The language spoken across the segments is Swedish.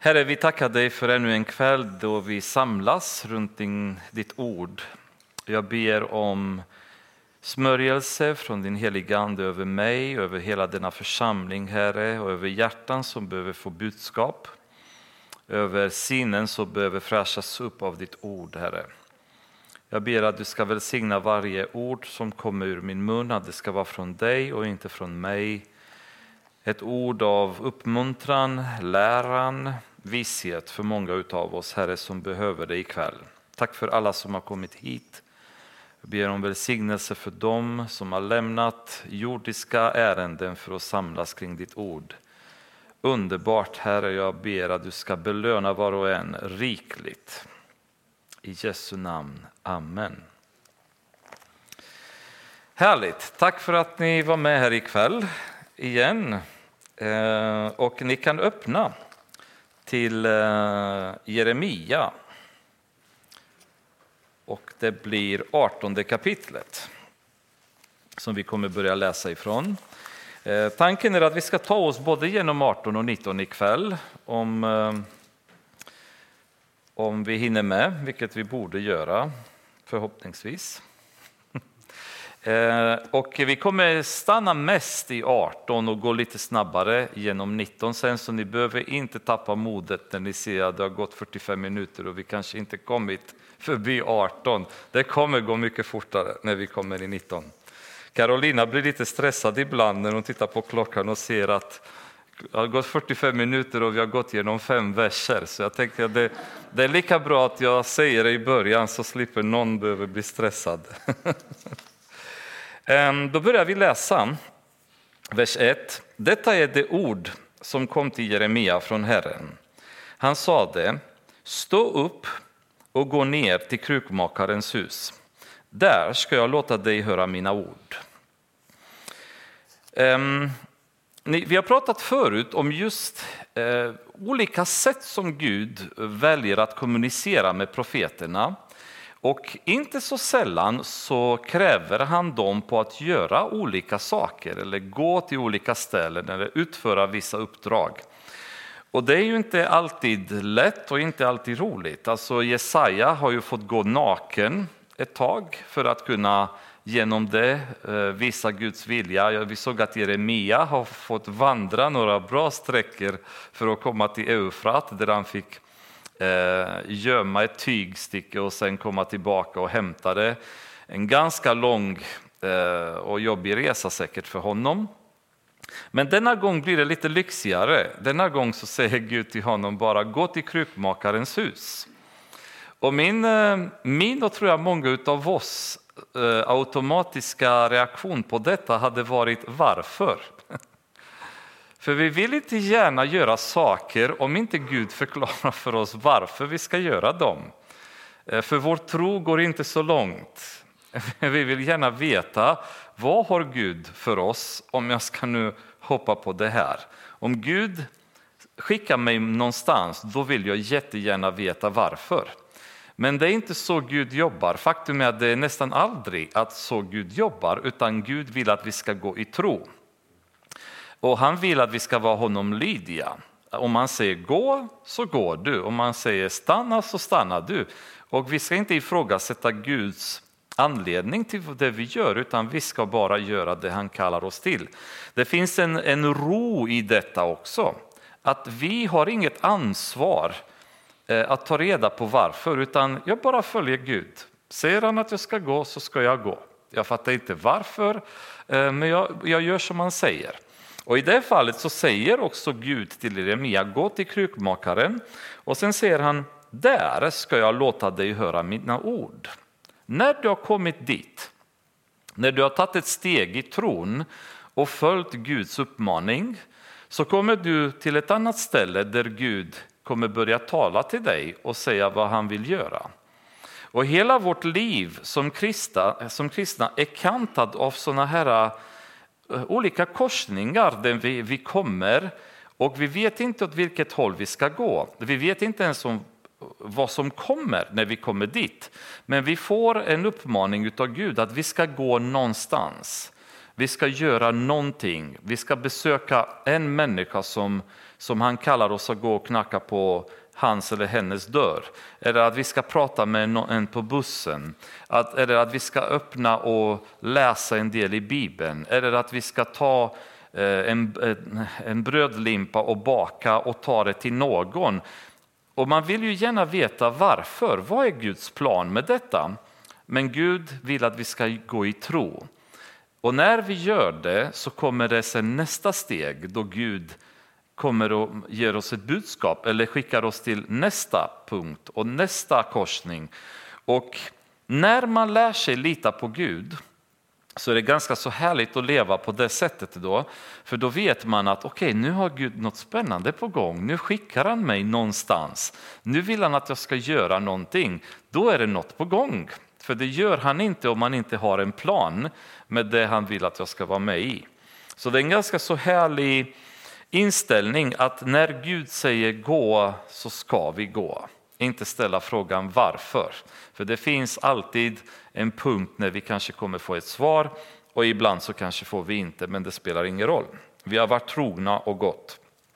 Herre, vi tackar dig för ännu en kväll då vi samlas runt ditt ord. Jag ber om smörjelse från din heliga ande över mig, över hela denna församling, Herre, och över hjärtan som behöver få budskap, över sinnen som behöver fräschas upp av ditt ord, Herre. Jag ber att du ska välsigna varje ord som kommer ur min mun, att det ska vara från dig och inte från mig. Ett ord av uppmuntran, läran, vishet för många utav oss, Herre, som behöver det ikväll. Tack för alla som har kommit hit. Jag ber om välsignelse för dem som har lämnat jordiska ärenden för att samlas kring ditt ord. Underbart, Herre, jag ber att du ska belöna var och en rikligt. I Jesu namn, amen. Härligt, tack för att ni var med här ikväll igen. Och ni kan öppna till Jeremia. Och det blir 18:e kapitlet som vi kommer börja läsa ifrån. Tanken är att vi ska ta oss både genom 18 och 19 ikväll om vi hinner med, vilket vi borde göra förhoppningsvis. Och vi kommer stanna mest i 18 och gå lite snabbare genom 19 sen, så ni behöver inte tappa modet när ni ser att det har gått 45 minuter och vi kanske inte kommit förbi 18. Det kommer gå mycket fortare när vi kommer i 19. Carolina blir lite stressad ibland när hon tittar på klockan och ser att det har gått 45 minuter och vi har gått igenom 5 verser. Så jag tänker att det är lika bra att jag säger det i början så slipper någon behöva bli stressad. Då börjar vi läsa vers 1. Detta är det ord som kom till Jeremia från Herren. Han sade: stå upp och gå ner till krukmakarens hus. Där ska jag låta dig höra mina ord. Vi har pratat förut om just olika sätt som Gud väljer att kommunicera med profeterna. Och inte så sällan så kräver han dem på att göra olika saker eller gå till olika ställen eller utföra vissa uppdrag. Och det är ju inte alltid lätt och inte alltid roligt. Alltså Jesaja har ju fått gå naken ett tag för att kunna genom det visa Guds vilja. Vi såg att Jeremia har fått vandra några bra sträckor för att komma till Eufrat där han fick gömma ett tygstycke och sen komma tillbaka och hämta det. En ganska lång och jobbig resa säkert för honom. Men denna gång blir det lite lyxigare. Denna gång så säger Gud till honom bara: gå till krukmakarens hus. Och min och tror jag många utav oss automatiska reaktion på detta hade varit: varför? För vi vill inte gärna göra saker om inte Gud förklarar för oss varför vi ska göra dem. För vår tro går inte så långt. Vi vill gärna veta: vad har Gud för oss om jag ska nu hoppa på det här? Om Gud skickar mig någonstans, då vill jag jättegärna veta varför. Men det är inte så Gud jobbar. Faktum är att det är nästan aldrig att så Gud jobbar, utan Gud vill att vi ska gå i tro. Och han vill att vi ska vara honom lydiga. Om man säger gå, så går du. Om man säger stanna, så stannar du. Och vi ska inte ifrågasätta Guds anledning till det vi gör, utan vi ska bara göra det han kallar oss till. Det finns en ro i detta också. Att vi har inget ansvar att ta reda på varför, utan jag bara följer Gud. Säger han att jag ska gå, så ska jag gå. Jag fattar inte varför, men jag gör som han säger. Och i det fallet så säger också Gud till Jeremia: gå till krukmakaren. Och sen säger han: där ska jag låta dig höra mina ord. När du har kommit dit, när du har tagit ett steg i tron och följt Guds uppmaning, så kommer du till ett annat ställe där Gud kommer börja tala till dig och säga vad han vill göra. Och hela vårt liv som kristna är kantad av sådana här olika korsningar där vi kommer och vi vet inte åt vilket håll vi ska gå. Vi vet inte ens om vad som kommer när vi kommer dit. Men vi får en uppmaning utav Gud att vi ska gå någonstans. vi ska göra någonting. Vi ska besöka en människa som han kallar oss att gå och knacka på hans eller hennes dörr. Eller att vi ska prata med en på bussen. Eller att vi ska öppna och läsa en del i Bibeln. Eller att vi ska ta en brödlimpa och baka och ta det till någon. Och man vill ju gärna veta varför. Vad är Guds plan med detta? Men Gud vill att vi ska gå i tro. Och när vi gör det så kommer det sen nästa steg då Gud kommer och ger oss ett budskap eller skickar oss till nästa punkt och nästa korsning. Och när man lär sig lita på Gud så är det ganska så härligt att leva på det sättet då. För då vet man att okej, nu har Gud något spännande på gång. Nu skickar han mig någonstans. Nu vill han att jag ska göra någonting. Då är det något på gång. För det gör han inte om man inte har en plan med det han vill att jag ska vara med i. Så det är en ganska så härlig inställning att när Gud säger gå så ska vi gå. Inte ställa frågan varför. För det finns alltid en punkt när vi kanske kommer få ett svar och ibland så kanske får vi inte, men det spelar ingen roll. Vi har varit trogna och gått.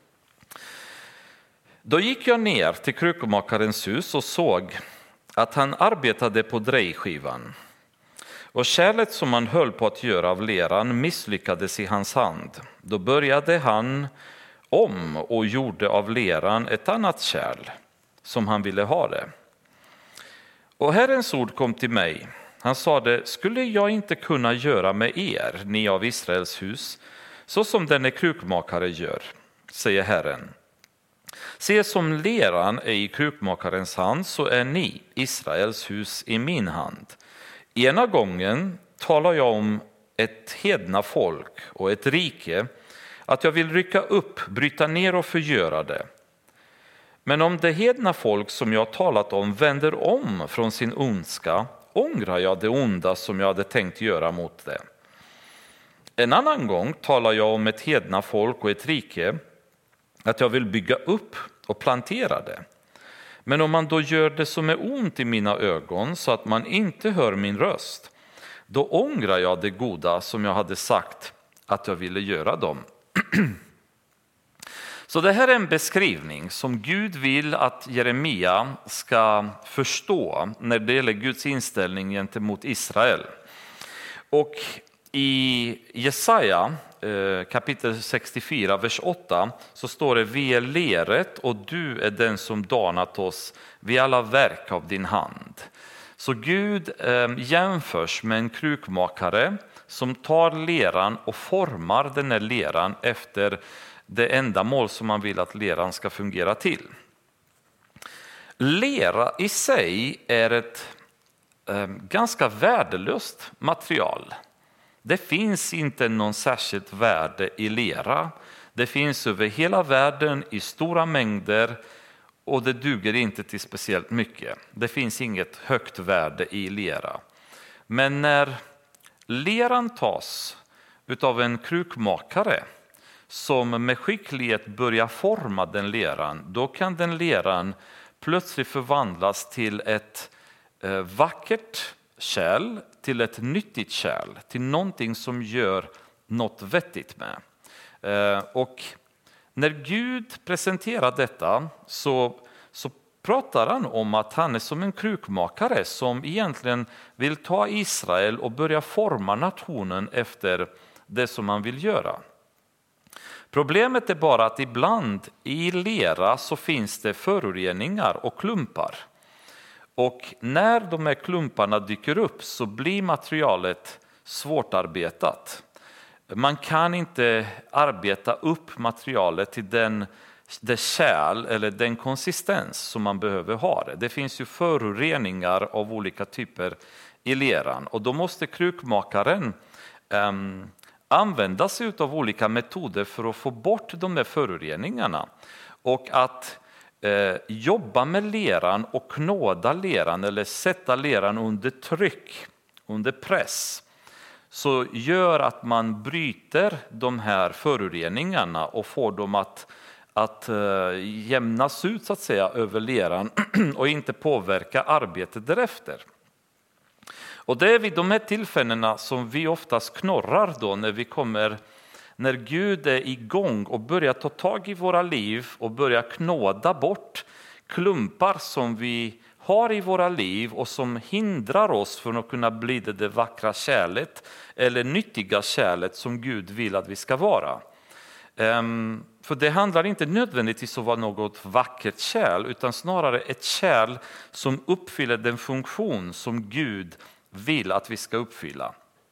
Då gick jag ner till krukmakarens hus och såg att han arbetade på drejskivan. Och kärlet som han höll på att göra av leran misslyckades i hans hand. Då började han om och gjorde av leran ett annat kärl som han ville ha det. Och Herrens ord kom till mig. Han sade, skulle jag inte kunna göra med er, ni av Israels hus, så som denne krukmakare gör, säger Herren. Se, som leran är i krukmakarens hand så är ni, Israels hus, i min hand. Ena gången talar jag om ett hedna folk och ett rike, att jag vill rycka upp, bryta ner och förgöra det. Men om det hedna folk som jag talat om vänder om från sin ondska, ångrar jag det onda som jag hade tänkt göra mot det. En annan gång talar jag om ett hedna folk och ett rike, att jag vill bygga upp och plantera det. Men om man då gör det som är ont i mina ögon så att man inte hör min röst, då ångrar jag det goda som jag hade sagt att jag ville göra dem. Så det här är en beskrivning som Gud vill att Jeremia ska förstå när det gäller Guds inställning gentemot Israel. Och i Jesaja kapitel 64, vers 8 så står det, vi är leret och du är den som danat oss, vi alla verk av din hand. Så Gud jämförs med en krukmakare som tar leran och formar den här leran efter det enda mål som man vill att leran ska fungera till. Lera i sig är ett ganska värdelöst material. Det finns inte någon särskilt värde i lera. Det finns över hela världen i stora mängder och det duger inte till speciellt mycket. Det finns inget högt värde i lera. Men när leran tas utav en krukmakare som med skicklighet börjar forma den leran, då kan den leran plötsligt förvandlas till ett vackert kärl, till ett nyttigt kärl, till någonting som gör något vettigt med. Och när Gud presenterar detta så pratar han om att han är som en krukmakare som egentligen vill ta Israel och börja forma nationen efter det som han vill göra. Problemet är bara att ibland i lera så finns det föroreningar och klumpar. Och när de här klumparna dyker upp så blir materialet svårtarbetat. Man kan inte arbeta upp materialet till det kärl eller den konsistens som man behöver ha det. Det finns ju föroreningar av olika typer i leran och då måste krukmakaren använda sig av olika metoder för att få bort de där föroreningarna. Och att jobba med leran och knåda leran eller sätta leran under tryck, under press, så gör att man bryter de här föroreningarna och får dem att jämnas ut så att säga över leran och inte påverka arbetet därefter. Och det är vid de här tillfällena som vi oftast knorrar då när Gud är igång och börjar ta tag i våra liv och börjar knåda bort klumpar som vi har i våra liv och som hindrar oss från att kunna bli det vackra kärlet eller nyttiga kärlet som Gud vill att vi ska vara. För det handlar inte nödvändigtvis om att vara något vackert kärl, utan snarare ett kärl som uppfyller den funktion som Gud vill att vi ska uppfylla.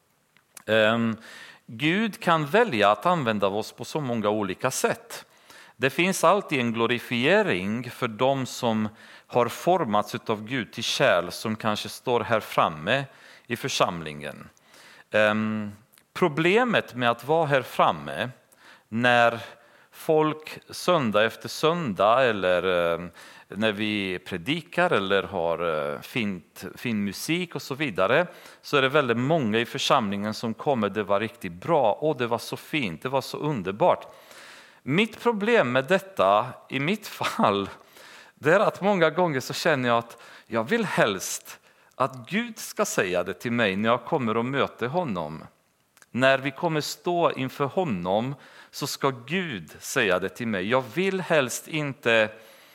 Gud kan välja att använda oss på så många olika sätt. Det finns alltid en glorifiering för de som har formats av Gud till kärl som kanske står här framme i församlingen. Problemet med att vara här framme när folk söndag efter söndag eller när vi predikar eller har fin musik och så vidare, så är det väldigt många i församlingen som kommer, det var riktigt bra, det var så fint, det var så underbart. Mitt problem med detta i mitt fall, det är att många gånger så känner jag att jag vill helst att Gud ska säga det till mig när jag kommer och möter honom. När vi kommer stå inför honom så ska Gud säga det till mig. Jag vill helst inte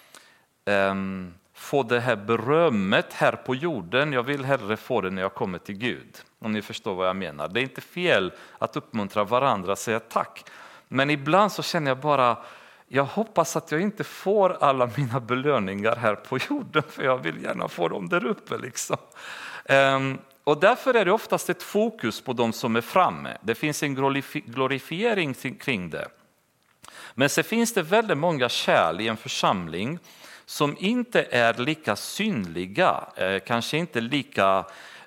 få det här berömmet här på jorden. Jag vill hellre få det när jag kommer till Gud. Om ni förstår vad jag menar. Det är inte fel att uppmuntra varandra och säga tack. Men ibland så känner jag bara, jag hoppas att jag inte får alla mina belöningar här på jorden. För jag vill gärna få dem där uppe liksom. Och därför är det oftast ett fokus på de som är framme. Det finns en glorifiering kring det. Men så finns det väldigt många kärl i en församling som inte är lika synliga, kanske inte lika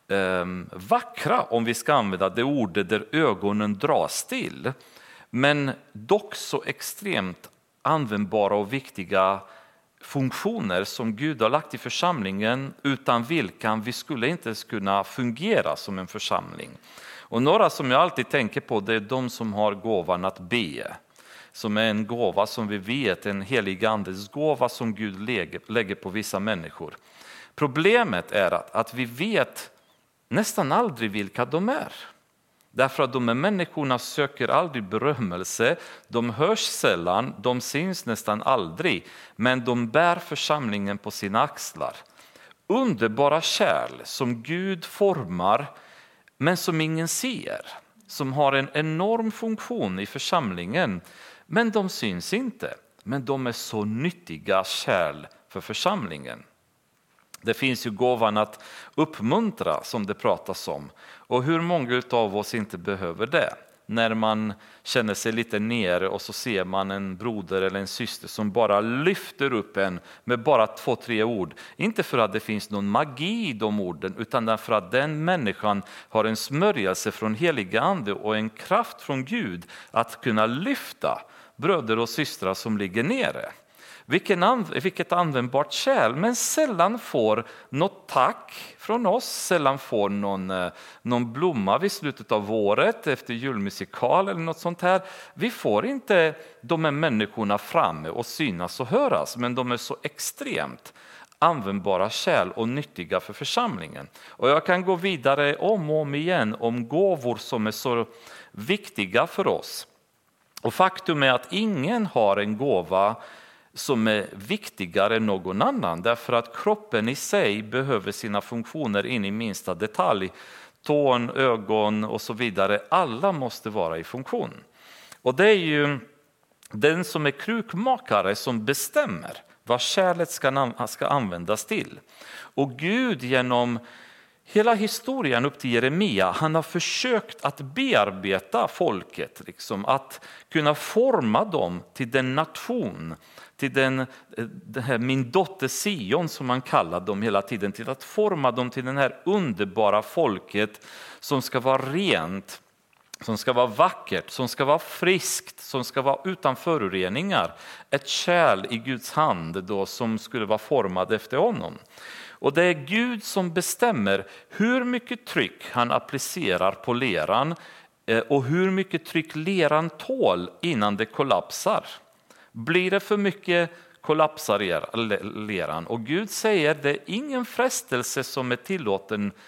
vackra om vi ska använda det ordet där ögonen dras till. Men dock så extremt användbara och viktiga funktioner som Gud har lagt i församlingen, utan vilka vi skulle inte ens kunna fungera som en församling. Och några som jag alltid tänker på, det är de som har gåvan att be. Som är en gåva som vi vet, en helig andes gåva som Gud lägger på vissa människor. Problemet är att vi vet nästan aldrig vilka de är. Därför att de här människorna söker aldrig berömmelse, de hörs sällan, de syns nästan aldrig, men de bär församlingen på sina axlar. Underbara kärl som Gud formar, men som ingen ser, som har en enorm funktion i församlingen, men de syns inte, men de är så nyttiga kärl för församlingen. Det finns ju gåvan att uppmuntra som det pratas om. Och hur många av oss inte behöver det? När man känner sig lite nere och så ser man en broder eller en syster som bara lyfter upp en med bara 2-3 ord. Inte för att det finns någon magi i de orden, utan därför att den människan har en smörjelse från heliga ande och en kraft från Gud att kunna lyfta bröder och systrar som ligger nere. Vilket användbart kärl, men sällan får något tack från oss, sällan får någon blomma vid slutet av året efter julmusikal eller något sånt här. Vi får inte de här människorna framme och synas och höras, men de är så extremt användbara kärl och nyttiga för församlingen. Och jag kan gå vidare om och om igen om gåvor som är så viktiga för oss. Och faktum är att ingen har en gåva som är viktigare än någon annan, därför att kroppen i sig behöver sina funktioner in i minsta detalj. Tån, ögon och så vidare, alla måste vara i funktion. Och det är ju den som är krukmakare som bestämmer vad kärlet ska användas till. Och Gud genom hela historien upp till Jeremia, han har försökt att bearbeta folket, liksom, att kunna forma dem till den nation, till den här min dotter Sion som man kallar dem hela tiden, till att forma dem till den här underbara folket som ska vara rent, som ska vara vackert, som ska vara friskt, som ska vara utan föroreningar. Ett kärl i Guds hand då som skulle vara formad efter honom. Och det är Gud som bestämmer hur mycket tryck han applicerar på leran och hur mycket tryck leran tål innan det kollapsar. Blir det för mycket kollapsar leran. Och Gud säger det är ingen frestelse som är tillåten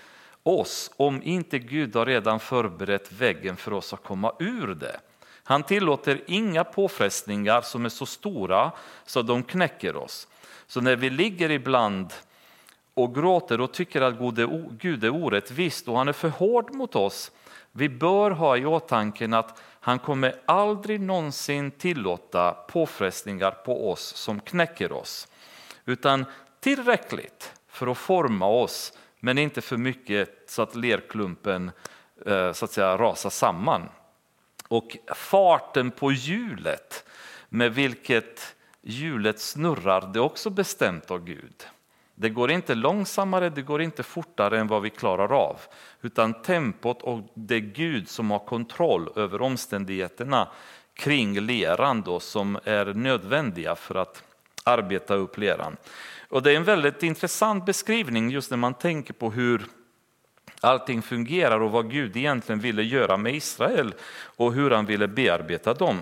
oss om inte Gud har redan förberett vägen för oss att komma ur det. Han tillåter inga påfrestningar som är så stora så de knäcker oss. Så när vi ligger ibland och gråter och tycker att Gud är orättvist och han är för hård mot oss, vi bör ha i åtanke att han kommer aldrig någonsin tillåta påfrestningar på oss som knäcker oss. Utan tillräckligt för att forma oss, men inte för mycket så att lerklumpen så att säga rasar samman. Och farten på hjulet, med vilket hjulet snurrar, det är också bestämt av Gud. Det går inte långsammare, det går inte fortare än vad vi klarar av. Utan tempot, och det är Gud som har kontroll över omständigheterna kring leran då, som är nödvändiga för att arbeta upp leran. Och det är en väldigt intressant beskrivning just när man tänker på hur allting fungerar och vad Gud egentligen ville göra med Israel och hur han ville bearbeta dem.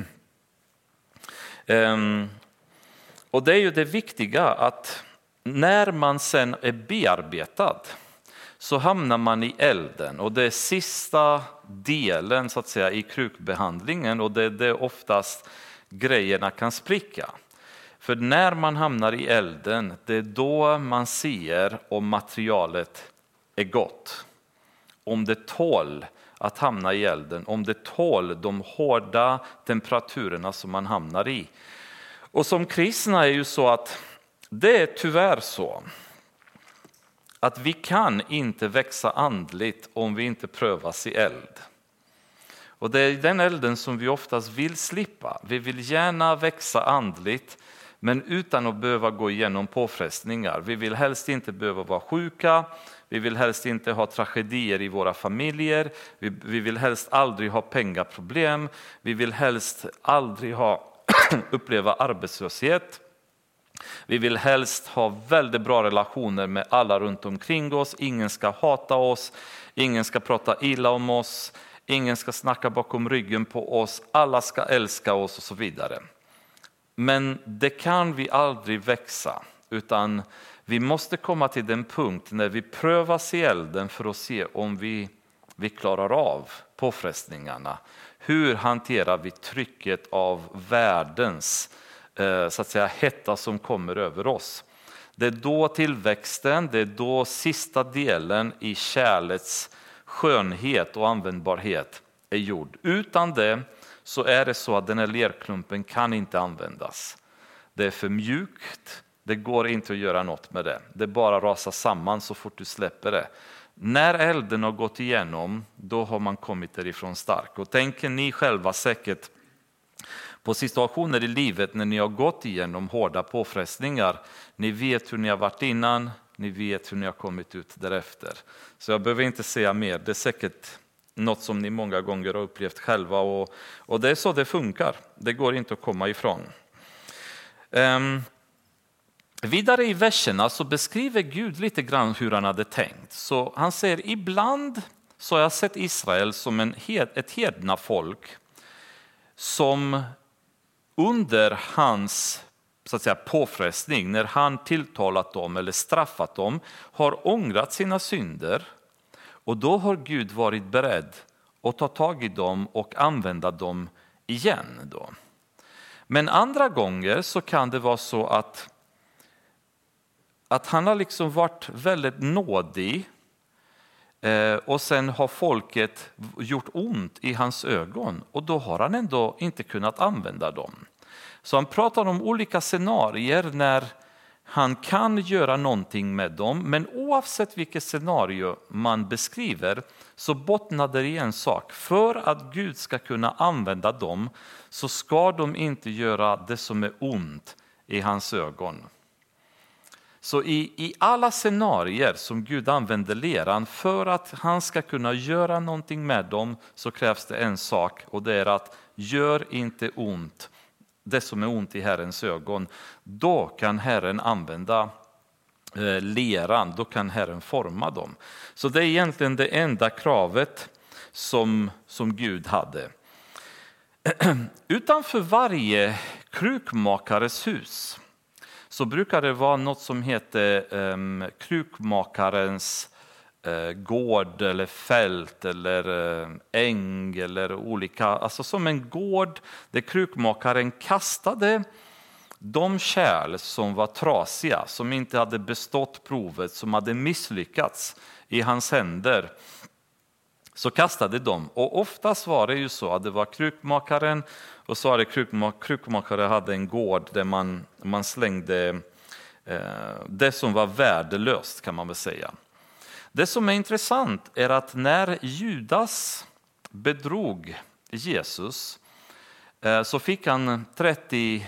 Och det är ju det viktiga, att när man sen är bearbetad så hamnar man i elden, och det är sista delen så att säga i krukbehandlingen, och det är det oftast grejerna kan spricka. För när man hamnar i elden, det är då man ser om materialet är gott. Om det tål att hamna i elden, om det tål de hårda temperaturerna som man hamnar i. Och som kristna är ju så att det är tyvärr så att vi kan inte växa andligt om vi inte prövas i eld. Och det är den elden som vi oftast vill slippa. Vi vill gärna växa andligt, men utan att behöva gå igenom påfrestningar. Vi vill helst inte behöva vara sjuka. Vi vill helst inte ha tragedier i våra familjer. Vi vill helst aldrig ha pengaproblem. Vi vill helst aldrig uppleva arbetslöshet. Vi vill helst ha väldigt bra relationer med alla runt omkring oss. Ingen ska hata oss. Ingen ska prata illa om oss. Ingen ska snacka bakom ryggen på oss. Alla ska älska oss och så vidare. Men det kan vi aldrig växa, utan vi måste komma till den punkt när vi prövas i elden för att se om vi klarar av påfrestningarna. Hur hanterar vi trycket av världens så att säga hetta som kommer över oss? Det är då tillväxten, det är då sista delen i kärlets skönhet och användbarhet är gjord. Utan det så är det så att den här lerklumpen kan inte användas. Det är för mjukt, det går inte att göra något med det. Det bara rasar samman så fort du släpper det. När elden har gått igenom, då har man kommit därifrån stark. Och tänker ni själva säkert på situationer i livet när ni har gått igenom hårda påfrestningar. Ni vet hur ni har varit innan, ni vet hur ni har kommit ut därefter. Så jag behöver inte säga mer, det är säkert något som ni många gånger har upplevt själva, och det är så det funkar. Det går inte att komma ifrån. Vidare i verserna så beskriver Gud lite grann hur han hade tänkt. Så han säger, ibland så har jag sett Israel som ett hedna folk som under hans så att säga påfrestning, när han tilltalat dem eller straffat dem, har ångrat sina synder. Och då har Gud varit beredd att ta tag i dem och använda dem igen då. Men andra gånger så kan det vara så att han har liksom varit väldigt nådig, och sen har folket gjort ont i hans ögon, och då har han ändå inte kunnat använda dem. Så han pratar om olika scenarier när han kan göra någonting med dem, men oavsett vilket scenario man beskriver så bottnar det i en sak. För att Gud ska kunna använda dem så ska de inte göra det som är ont i hans ögon. Så i alla scenarier som Gud använder leran, för att han ska kunna göra någonting med dem så krävs det en sak, och det är att gör inte ont det som är ont i Herrens ögon. Då kan Herren använda leran, då kan Herren forma dem. Så det är egentligen det enda kravet som Gud hade. Utanför varje krukmakares hus så brukar det vara något som heter krukmakarens gård eller fält eller äng eller olika, alltså som en gård där krukmakaren kastade de kärl som var trasiga, som inte hade bestått provet, som hade misslyckats i hans händer, så kastade de. Och oftast var det ju så att det var krukmakaren, och så hade krukmakare hade en gård där man slängde det som var värdelöst, kan man väl säga. Det som är intressant är att när Judas bedrog Jesus så fick han 30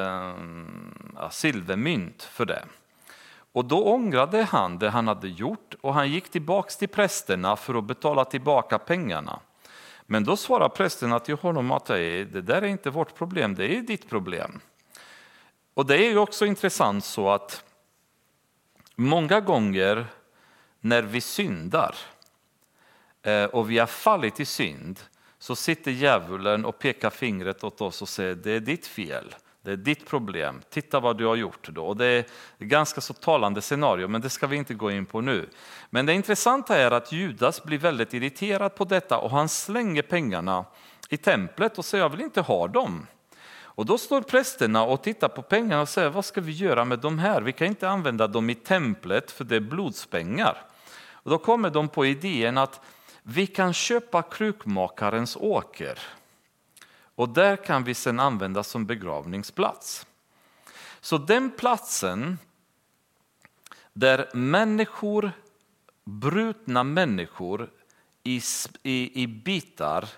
silvermynt för det. Och då ångrade han det han hade gjort och han gick tillbaka till prästerna för att betala tillbaka pengarna. Men då svarade prästerna till honom att det där är inte vårt problem, det är ditt problem. Och det är ju också intressant så att många gånger när vi syndar och vi har fallit i synd, så sitter djävulen och pekar fingret åt oss och säger det är ditt fel, det är ditt problem, titta vad du har gjort då. Och det är ett ganska så talande scenario, men det ska vi inte gå in på nu. Men det intressanta är att Judas blir väldigt irriterad på detta och han slänger pengarna i templet och säger jag vill inte ha dem. Och då står prästerna och tittar på pengarna och säger vad ska vi göra med de här? Vi kan inte använda dem i templet för det är blodspengar. Och då kommer de på idén att vi kan köpa krukmakarens åker. Och där kan vi sedan använda som begravningsplats. Så den platsen där människor, brutna människor i bitar,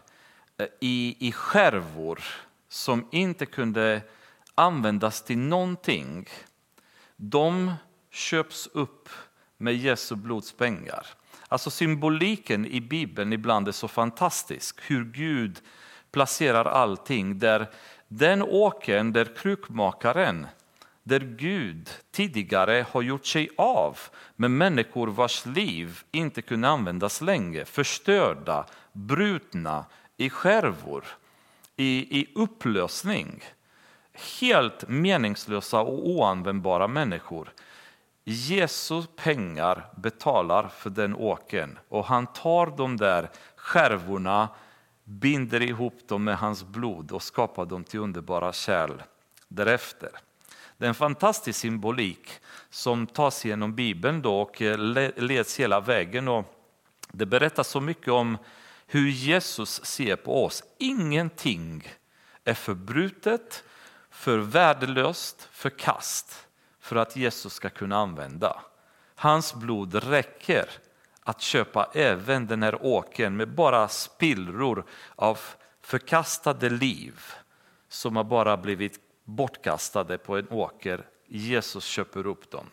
i skärvor som inte kunde användas till någonting, de köps upp med Jesu blodspengar. Alltså symboliken i Bibeln ibland är så fantastisk. Hur Gud placerar allting där den åkern, där krukmakaren, där Gud tidigare har gjort sig av med människor vars liv inte kunde användas längre, förstörda, brutna, i skärvor, i upplösning. Helt meningslösa och oanvändbara människor. Jesu pengar betalar för den åkern och han tar de där skärvorna, binder ihop dem med hans blod och skapar dem till underbara kärl därefter. Det är en fantastisk symbolik som tas genom Bibeln då och leds hela vägen. Och det berättar så mycket om hur Jesus ser på oss. Ingenting är förbrutet, för värdelöst, för kast för att Jesus ska kunna använda. Hans blod räcker att köpa även den här åkern med bara spillror av förkastade liv som har bara blivit bortkastade på en åker. Jesus köper upp dem.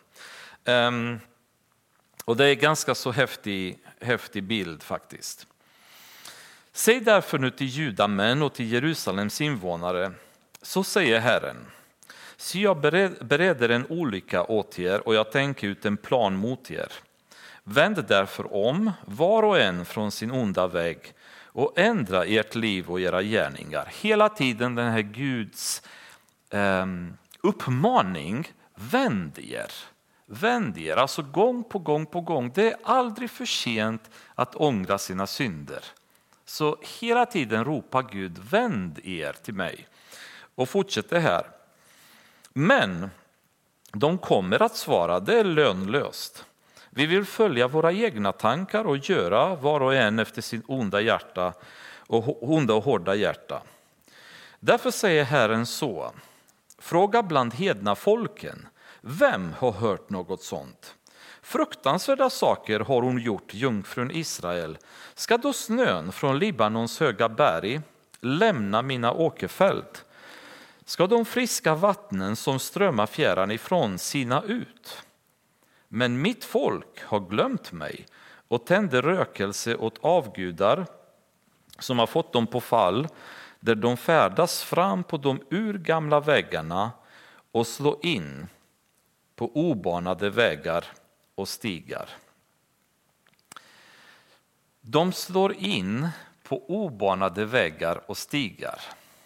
Och det är ganska så häftig bild faktiskt. Säg därför nu till judamän och till Jerusalems invånare, så säger Herren. Så jag bereder en olycka åt er och jag tänker ut en plan mot er. Vänd därför om var och en från sin onda väg och ändra ert liv och era gärningar. Hela tiden den här Guds uppmaning, vänd er, alltså gång på gång. Det är aldrig för sent att ångra sina synder. Så hela tiden ropar Gud, vänd er till mig. Och fortsätter här. Men de kommer att svara, det är lönlöst. Vi vill följa våra egna tankar och göra var och en efter sin onda och hårda hjärta. Därför säger Herren så, fråga bland hedna folken, vem har hört något sånt? Fruktansvärda saker har hon gjort, jungfrun Israel. Ska då snön från Libanons höga berg lämna mina åkerfält? Ska de friska vattnen som strömmar fjärran ifrån sina ut? Men mitt folk har glömt mig och tänder rökelse åt avgudar som har fått dem på fall, där de färdas fram på de urgamla vägarna och slår in på obanade vägar och stigar. De slår in på obanade vägar och stigar.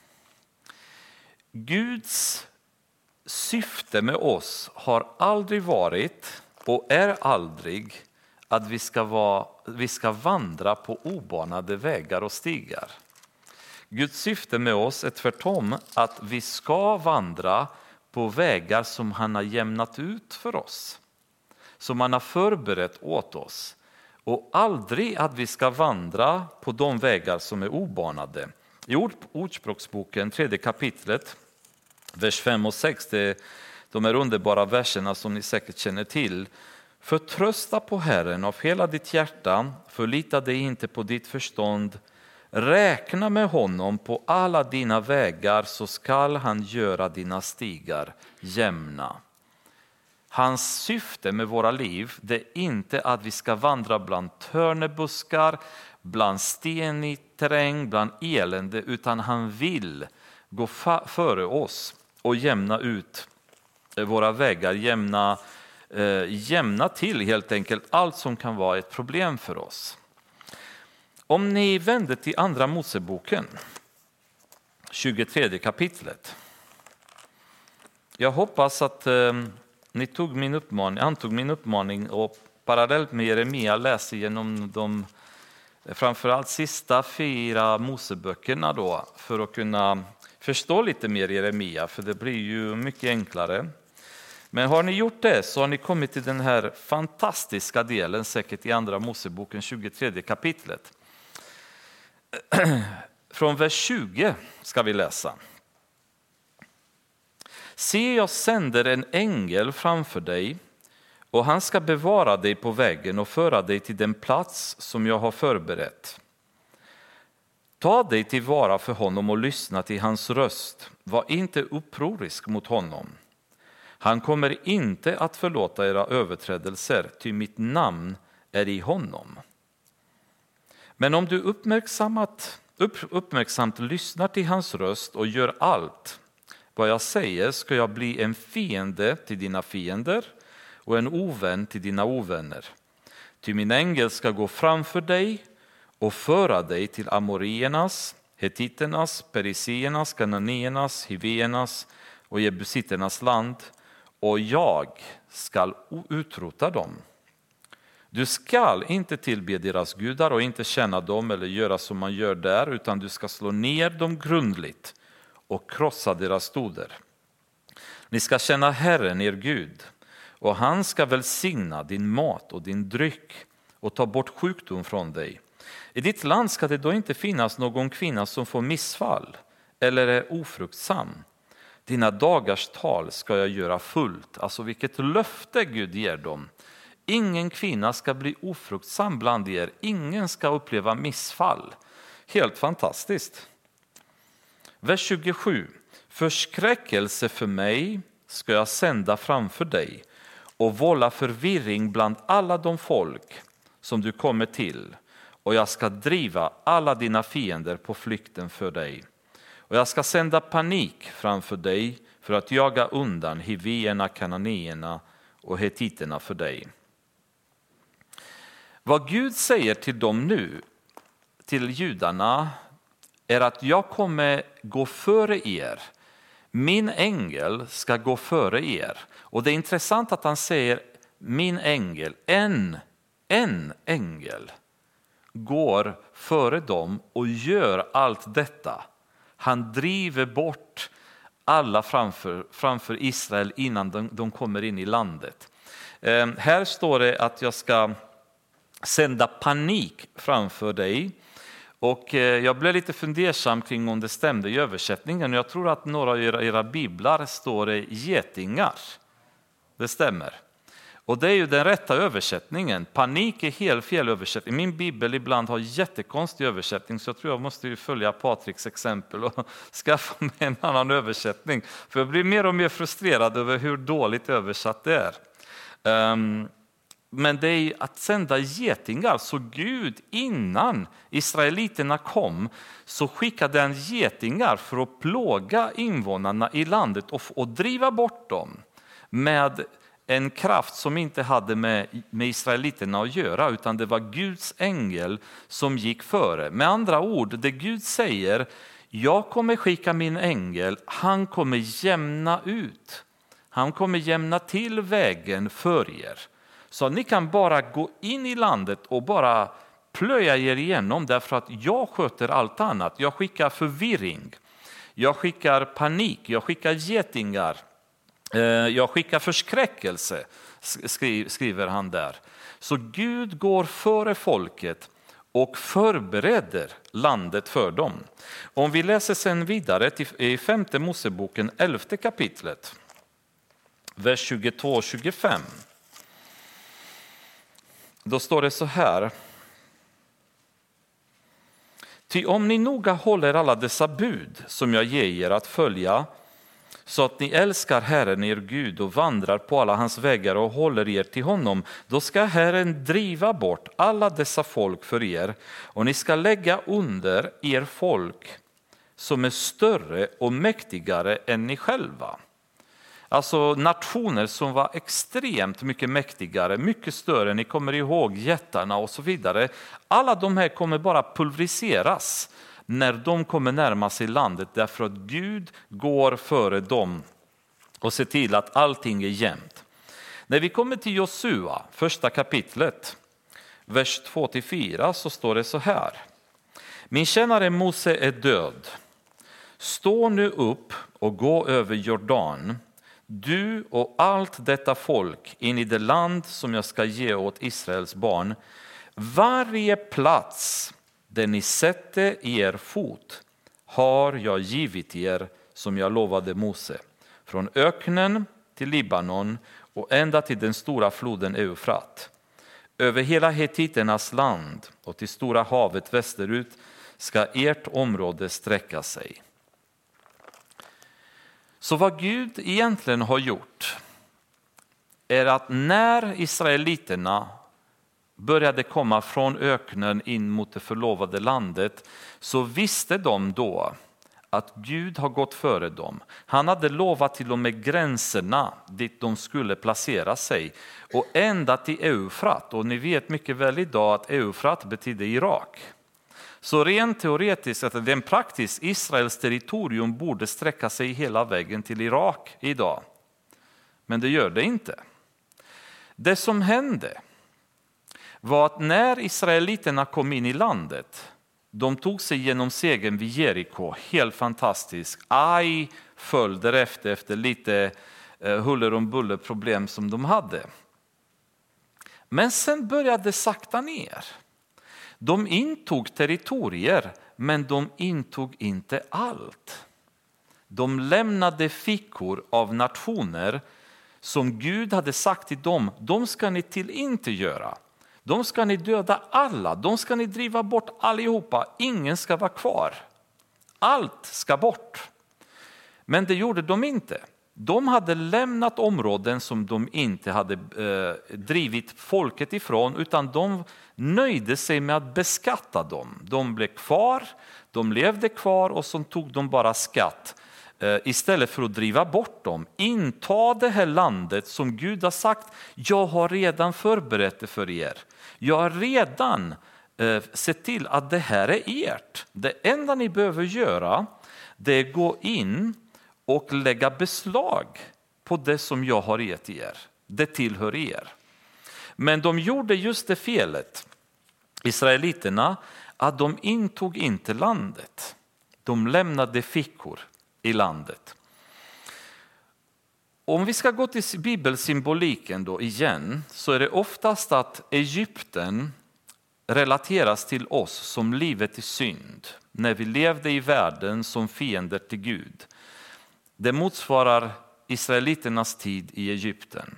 Guds syfte med oss har aldrig varit och är aldrig att vi ska vandra på obanade vägar och stigar. Guds syfte med oss är tvärtom att vi ska vandra på vägar som han har jämnat ut för oss. Som han har förberett åt oss. Och aldrig att vi ska vandra på de vägar som är obanade. I Ordspråksboken, 3 kapitlet, vers 5 och 6, de är underbara verserna som ni säkert känner till. Förtrösta på Herren av hela ditt hjärta, förlita dig inte på ditt förstånd. Räkna med honom på alla dina vägar, så skall han göra dina stigar jämna. Hans syfte med våra liv, det är inte att vi ska vandra bland törnebuskar, bland stenig terräng, bland elände, utan han vill gå före oss och jämna ut våra vägar, jämna till helt enkelt allt som kan vara ett problem för oss. Om ni vänder till andra Moseboken, 23 kapitlet. Jag hoppas att ni antog min uppmaning och parallellt med Jeremia läser igenom de framförallt sista 4 Moseböckerna då, för att kunna förstå lite mer Jeremia, för det blir ju mycket enklare. Men har ni gjort det så har ni kommit till den här fantastiska delen, säkert i andra Moseboken 23 kapitlet. Från vers 20 ska vi läsa. Se, jag sänder en ängel framför dig, och han ska bevara dig på vägen och föra dig till den plats som jag har förberett. Ta dig tillvara för honom och lyssna till hans röst. Var inte upprorisk mot honom. Han kommer inte att förlåta era överträdelser, ty mitt namn är i honom. Men om du uppmärksamt lyssnar till hans röst och gör allt vad jag säger, ska jag bli en fiende till dina fiender och en ovän till dina ovänner. Ty min ängel ska gå framför dig och föra dig till amoriernas, hetiternas, perisiernas, kananéernas, hiveernas och jebusiternas land, och jag ska utrota dem. Du ska inte tillbe deras gudar och inte känna dem eller göra som man gör där, utan du ska slå ner dem grundligt och krossa deras stoder. Ni ska känna Herren er Gud, och han ska välsigna din mat och din dryck och ta bort sjukdom från dig. I ditt land ska det då inte finnas någon kvinna som får missfall eller är ofruktsam. Dina dagars tal ska jag göra fullt. Alltså vilket löfte Gud ger dem. Ingen kvinna ska bli ofruktsam bland er. Ingen ska uppleva missfall. Helt fantastiskt. Vers 27. Förskräckelse för mig ska jag sända framför dig och vålla förvirring bland alla de folk som du kommer till. Och jag ska driva alla dina fiender på flykten för dig. Och jag ska sända panik framför dig för att jaga undan hiveerna, kananéerna och hetiterna för dig. Vad Gud säger till dem nu, till judarna, är att jag kommer gå före er. Min ängel ska gå före er. Och det är intressant att han säger min ängel, en ängel går före dem och gör allt detta. Han driver bort alla framför Israel innan de kommer in i landet. Här står det att jag ska sända panik framför dig. Och jag blev lite fundersam kring om det stämde i översättningen. Jag tror att några av era biblar står det getingar. Det stämmer. Och det är ju den rätta översättningen. Panik är helt fel översättning. Min bibel ibland har jättekonstig översättning, så jag tror jag måste följa Patriks exempel och skaffa mig en annan översättning. För jag blir mer och mer frustrerad över hur dåligt översatt det är. Men det är att sända getingar. Så Gud, innan israeliterna kom, så skickade han getingar för att plåga invånarna i landet och driva bort dem med en kraft som inte hade med israeliterna att göra, utan det var Guds ängel som gick före. Med andra ord, det Gud säger, jag kommer skicka min ängel, han kommer jämna ut. Han kommer jämna till vägen för er. Så ni kan bara gå in i landet och bara plöja er igenom, därför att jag sköter allt annat. Jag skickar förvirring, jag skickar panik, jag skickar getingar, jag skickar förskräckelse, skriver han där. Så Gud går före folket och förbereder landet för dem. Om vi läser sen vidare i 5:e Moseboken 11:e kapitlet, vers 22 och 25. Då står det så här: Ty om ni noga håller alla dessa bud som jag ger er att följa, så att ni älskar Herren er Gud och vandrar på alla hans vägar och håller er till honom, då ska Herren driva bort alla dessa folk för er, och ni ska lägga under er folk som är större och mäktigare än ni själva. Alltså nationer som var extremt mycket mäktigare, mycket större. Ni kommer ihåg jättarna och så vidare. Alla de här kommer bara pulveriseras när de kommer närma sig landet, därför att Gud går före dem och ser till att allting är jämnt. När vi kommer till Josua, 1:a kapitlet, vers 2-4, så står det så här: Min tjänare Mose är död. Stå nu upp och gå över Jordan, du och allt detta folk, in i det land som jag ska ge åt Israels barn. Varje plats där ni sätter er fot har jag givit er, som jag lovade Mose, från öknen till Libanon och ända till den stora floden Eufrat. Över hela hetiternas land och till stora havet västerut ska ert område sträcka sig. Så vad Gud egentligen har gjort är att när israeliterna började komma från öknen in mot det förlovade landet, så visste de då att Gud har gått före dem. Han hade lovat till och med gränserna dit de skulle placera sig, och ända till Eufrat. Och ni vet mycket väl idag att Eufrat betyder Irak. Så rent teoretiskt, att den praktiskt Israels territorium borde sträcka sig hela vägen till Irak idag. Men det gör det inte. Det som hände var att när israeliterna kom in i landet, de tog sig genom segern vid Jeriko, helt fantastiskt. Ai föll därefter efter lite huller om buller problem som de hade. Men sen började det sakta ner. De intog territorier, men de intog inte allt. De lämnade fickor av nationer som Gud hade sagt till dem, de ska ni till inte göra. De ska ni döda alla, de ska ni driva bort allihopa, ingen ska vara kvar. Allt ska bort. Men det gjorde de inte. De hade lämnat områden som de inte hade drivit folket ifrån, utan de nöjde sig med att beskatta dem. De blev kvar, de levde kvar, och så tog de bara skatt istället för att driva bort dem. Inta det här landet som Gud har sagt, jag har redan förberett det för er. Jag har redan sett till att det här är ert. Det enda ni behöver göra, det är gå in och lägga beslag på det som jag har gett er. Det tillhör er. Men de gjorde just det felet, israeliterna, att de intog inte landet. De lämnade fickor i landet. Om vi ska gå till bibelsymboliken då igen, så är det oftast att Egypten relateras till oss som livet i synd, när vi levde i världen som fiender till Gud. Det motsvarar israeliternas tid i Egypten.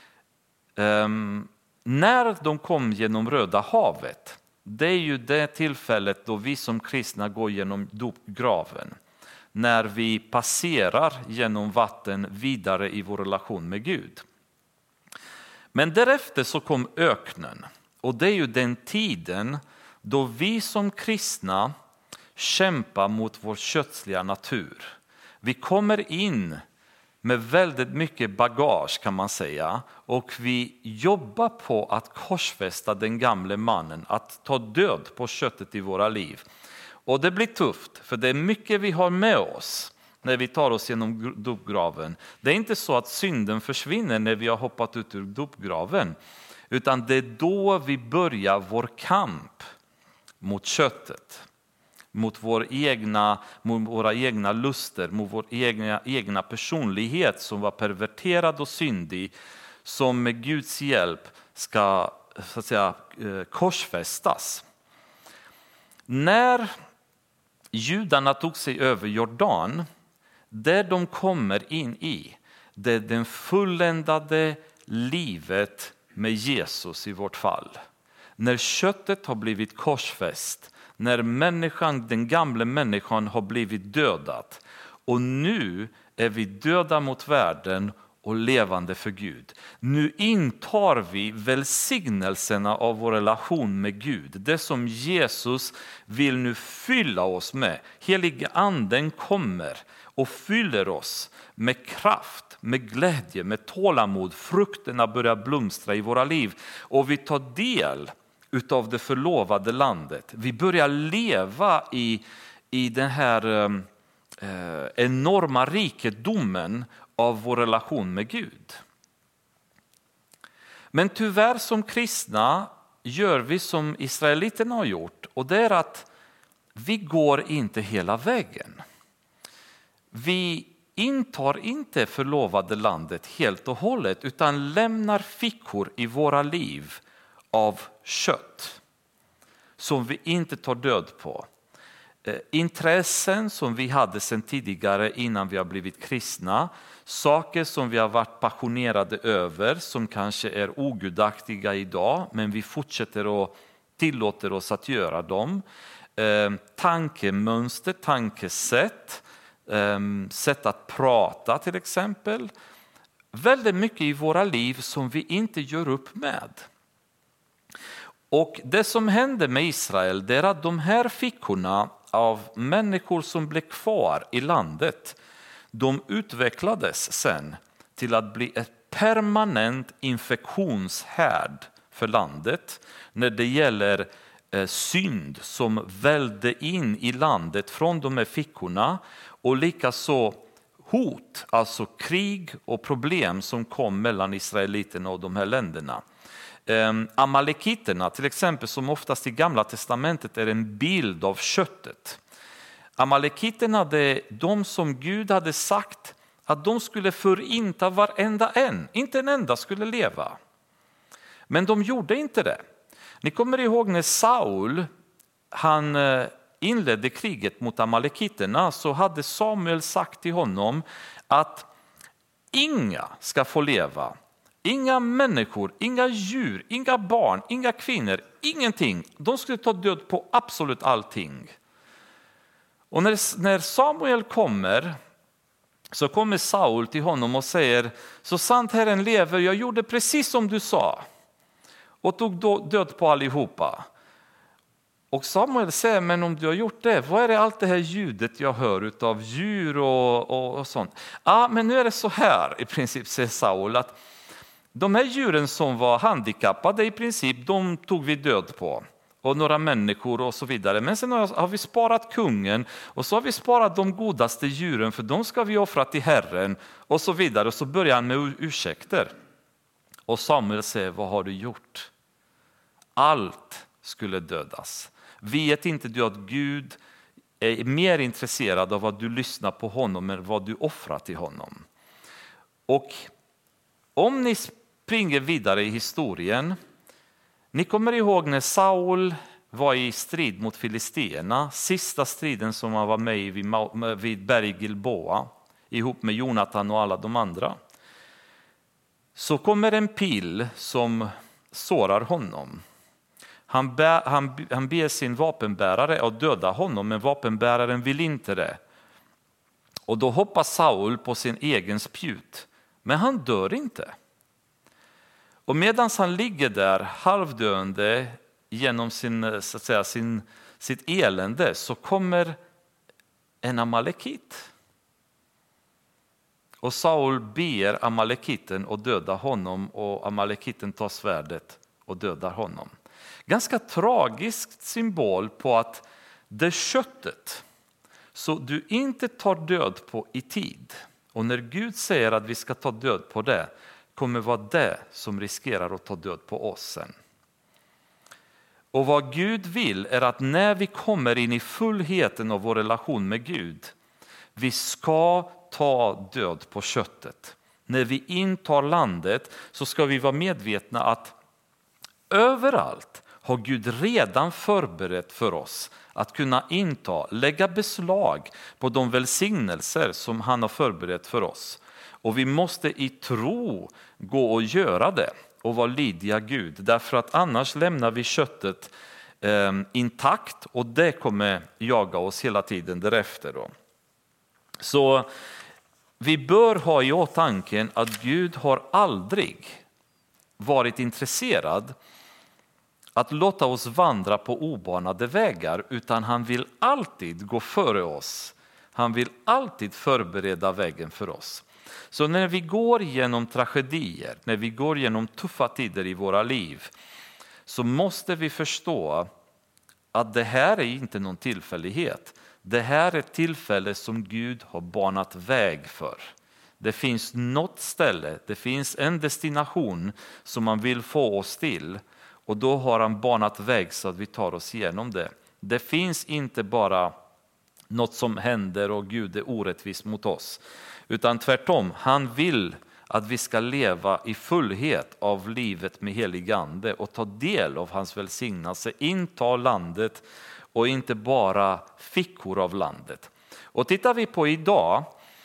När de kom genom Röda havet, det är ju det tillfället då vi som kristna går genom dopgraven. När vi passerar genom vatten vidare i vår relation med Gud. Men därefter så kom öknen. Och det är ju den tiden då vi som kristna kämpar mot vår kötsliga natur. Vi kommer in med väldigt mycket bagage, kan man säga, och vi jobbar på att korsfästa den gamle mannen, att ta död på köttet i våra liv. Och det blir tufft, för det är mycket vi har med oss när vi tar oss genom dopgraven. Det är inte så att synden försvinner när vi har hoppat ut ur dopgraven, Utan det är då vi börjar vår kamp mot köttet. Mot våra egna luster, mot vår egna personlighet som var perverterad och syndig. Som med Guds hjälp ska så att säga, korsfästas. När judarna tog sig över Jordan, där de kommer in i, det är den fulländade livet med Jesus i vårt fall. När köttet har blivit korsfäst, när den gamla människan har blivit dödad. Och nu är vi döda mot världen och levande för Gud. Nu intar vi välsignelserna av vår relation med Gud. Det som Jesus vill nu fylla oss med. Helige anden kommer och fyller oss med kraft, med glädje, med tålamod. Frukterna börjar blomstra i våra liv. Och vi tar del utav det förlovade landet. Vi börjar leva i den här enorma rikedomen av vår relation med Gud. Men tyvärr som kristna gör vi som israeliterna har gjort. Och det är att vi går inte hela vägen. Vi intar inte förlovade landet helt och hållet utan lämnar fickor i våra liv av kött som vi inte tar död på. Intressen som vi hade sedan tidigare innan vi har blivit kristna. Saker som vi har varit passionerade över som kanske är ogudaktiga idag men vi fortsätter och tillåter oss att göra dem. Tankemönster, tankesätt, sätt att prata till exempel. Väldigt mycket i våra liv som vi inte gör upp med. Och det som hände med Israel det är att de här fickorna av människor som blev kvar i landet, de utvecklades sen till att bli ett permanent infektionshärd för landet när det gäller synd som välde in i landet från de här fickorna och likaså hot, alltså krig och problem som kom mellan israeliterna och de här länderna. Amalekiterna till exempel som oftast i gamla testamentet är en bild av köttet. Amalekiterna det är de som Gud hade sagt att de skulle förinta varenda en. Inte en enda skulle leva. Men de gjorde inte det. Ni kommer ihåg när Saul han inledde kriget mot amalekiterna så hade Samuel sagt till honom att inga ska få leva. Inga människor, inga djur, inga barn, inga kvinnor, ingenting. De skulle ta död på absolut allting. Och när Samuel kommer så kommer Saul till honom och säger så sant Herren lever, jag gjorde precis som du sa. Och tog död på allihopa. Och Samuel säger, men om du har gjort det, vad är det allt det här ljudet jag hör av djur och sånt? Ja, men nu är det så här i princip, säger Saul, att de här djuren som var handikappade i princip, de tog vi död på. Och några människor och så vidare. Men sen har vi sparat kungen och så har vi sparat de godaste djuren för de ska vi offra till Herren och så vidare. Och så börjar han med ursäkter. Och Samuel säger, vad har du gjort? Allt skulle dödas. Vet inte du att Gud är mer intresserad av att du lyssnar på honom än vad du offrar till honom? Och om ni springer vidare i historien, ni kommer ihåg när Saul var i strid mot filisterna, sista striden som han var med i vid berg Gilboa, ihop med Jonatan och alla de andra. Så kommer en pil som sårar honom. Han ber sin vapenbärare att döda honom, men vapenbäraren vill inte det. Och då hoppar Saul på sin egen spjut, men han dör inte. Och medan han ligger där halvdöende genom sitt elände så kommer en amalekit. Och Saul ber amalekiten att döda honom och amalekiten tar svärdet och dödar honom. Ganska tragisk symbol på att det köttet så du inte tar död på i tid. Och när Gud säger att vi ska ta död på det kommer vara det som riskerar att ta död på oss sen. Och vad Gud vill är att när vi kommer in i fullheten av vår relation med Gud, vi ska ta död på köttet. När vi intar landet så ska vi vara medvetna att överallt har Gud redan förberett för oss att kunna lägga beslag på de välsignelser som han har förberett för oss. Och vi måste i tro gå och göra det och vara lydiga Gud. Därför att annars lämnar vi köttet intakt och det kommer jaga oss hela tiden därefter. Då. Så vi bör ha i åtanke att Gud har aldrig varit intresserad att låta oss vandra på obanade vägar, utan han vill alltid gå före oss. Han vill alltid förbereda vägen för oss. Så när vi går igenom tragedier, när vi går igenom tuffa tider i våra liv, så måste vi förstå att det här är inte någon tillfällighet. Det här är ett tillfälle som Gud har banat väg för. Det finns något ställe, det finns en destination som man vill få oss till. Och då har han banat väg så att vi tar oss igenom det. Det finns inte bara något som händer och Gud är orättvis mot oss. Utan tvärtom, han vill att vi ska leva i fullhet av livet med helig ande och ta del av hans välsignelse, inta landet och inte bara fickor av landet. Och tittar vi på idag,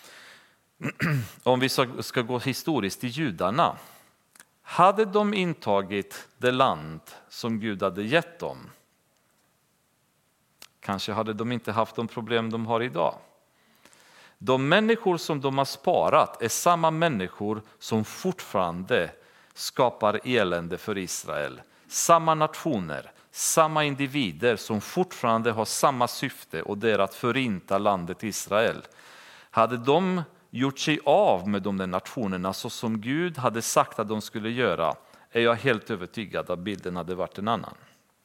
om vi ska gå historiskt till judarna, hade de intagit det land som Gud hade gett dem, kanske hade de inte haft de problem de har idag. De människor som de har sparat är samma människor som fortfarande skapar elände för Israel. Samma nationer, samma individer som fortfarande har samma syfte, och det är att förinta landet Israel. Hade de gjort sig av med de där nationerna så som Gud hade sagt att de skulle göra, är jag helt övertygad att bilden hade varit en annan.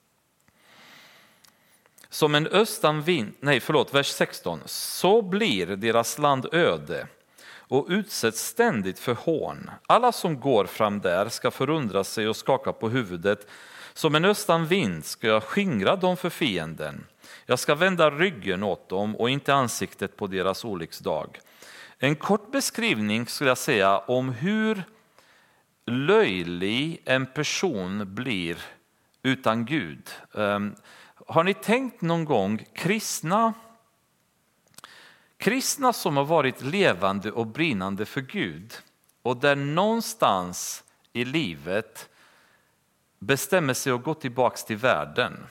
Som en östanvind, vers 16, så blir deras land öde och utsätts ständigt för hån. Alla som går fram där ska förundra sig och skaka på huvudet. Som en östanvind ska jag skingra dem för fienden. Jag ska vända ryggen åt dem och inte ansiktet på deras olycksdag. En kort beskrivning skulle jag säga om hur löjlig en person blir utan Gud. Har ni tänkt någon gång kristna som har varit levande och brinnande för Gud och där någonstans i livet bestämmer sig att gå tillbaka till världen.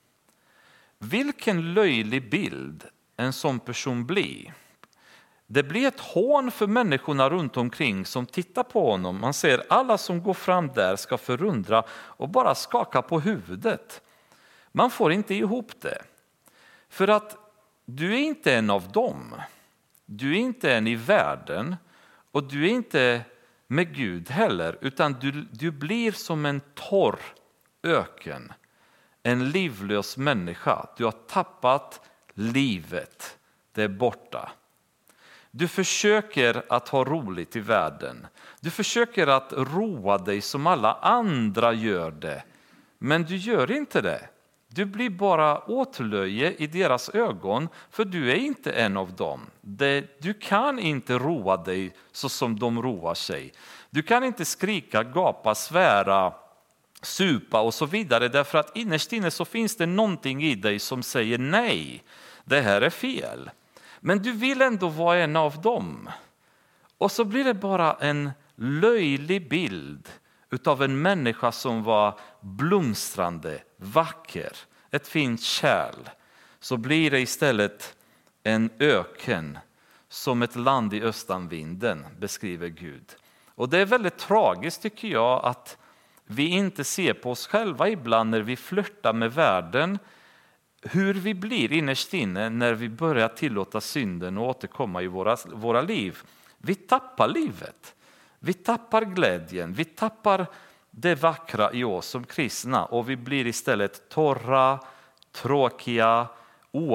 Vilken löjlig bild en sån person blir. Det blir ett hån för människorna runt omkring som tittar på honom. Man ser alla som går fram där ska förundra och bara skaka på huvudet. Man får inte ihop det. För att du är inte en av dem. Du är inte en i världen och du är inte med Gud heller, utan du blir som en torr öken. En livlös människa. Du har tappat livet. Det är borta. Du försöker att ha roligt i världen. Du försöker att roa dig som alla andra gör det. Men du gör inte det. Du blir bara åtlöje i deras ögon, för du är inte en av dem. Du kan inte roa dig så som de roar sig. Du kan inte skrika, gapa, svära, supa och så vidare, därför att innerst inne så finns det någonting i dig som säger nej, det här är fel. Men du vill ändå vara en av dem. Och så blir det bara en löjlig bild utav en människa som var blomstrande, vacker, ett fint kärl. Så blir det istället en öken som ett land i östanvinden, beskriver Gud. Och det är väldigt tragiskt tycker jag att vi inte ser på oss själva ibland när vi flörtar med världen, hur vi blir innerst inne när vi börjar tillåta synden och återkomma i våra liv. Vi tappar livet. Vi tappar glädjen. Vi tappar det vackra i oss som kristna. Och vi blir istället torra, tråkiga,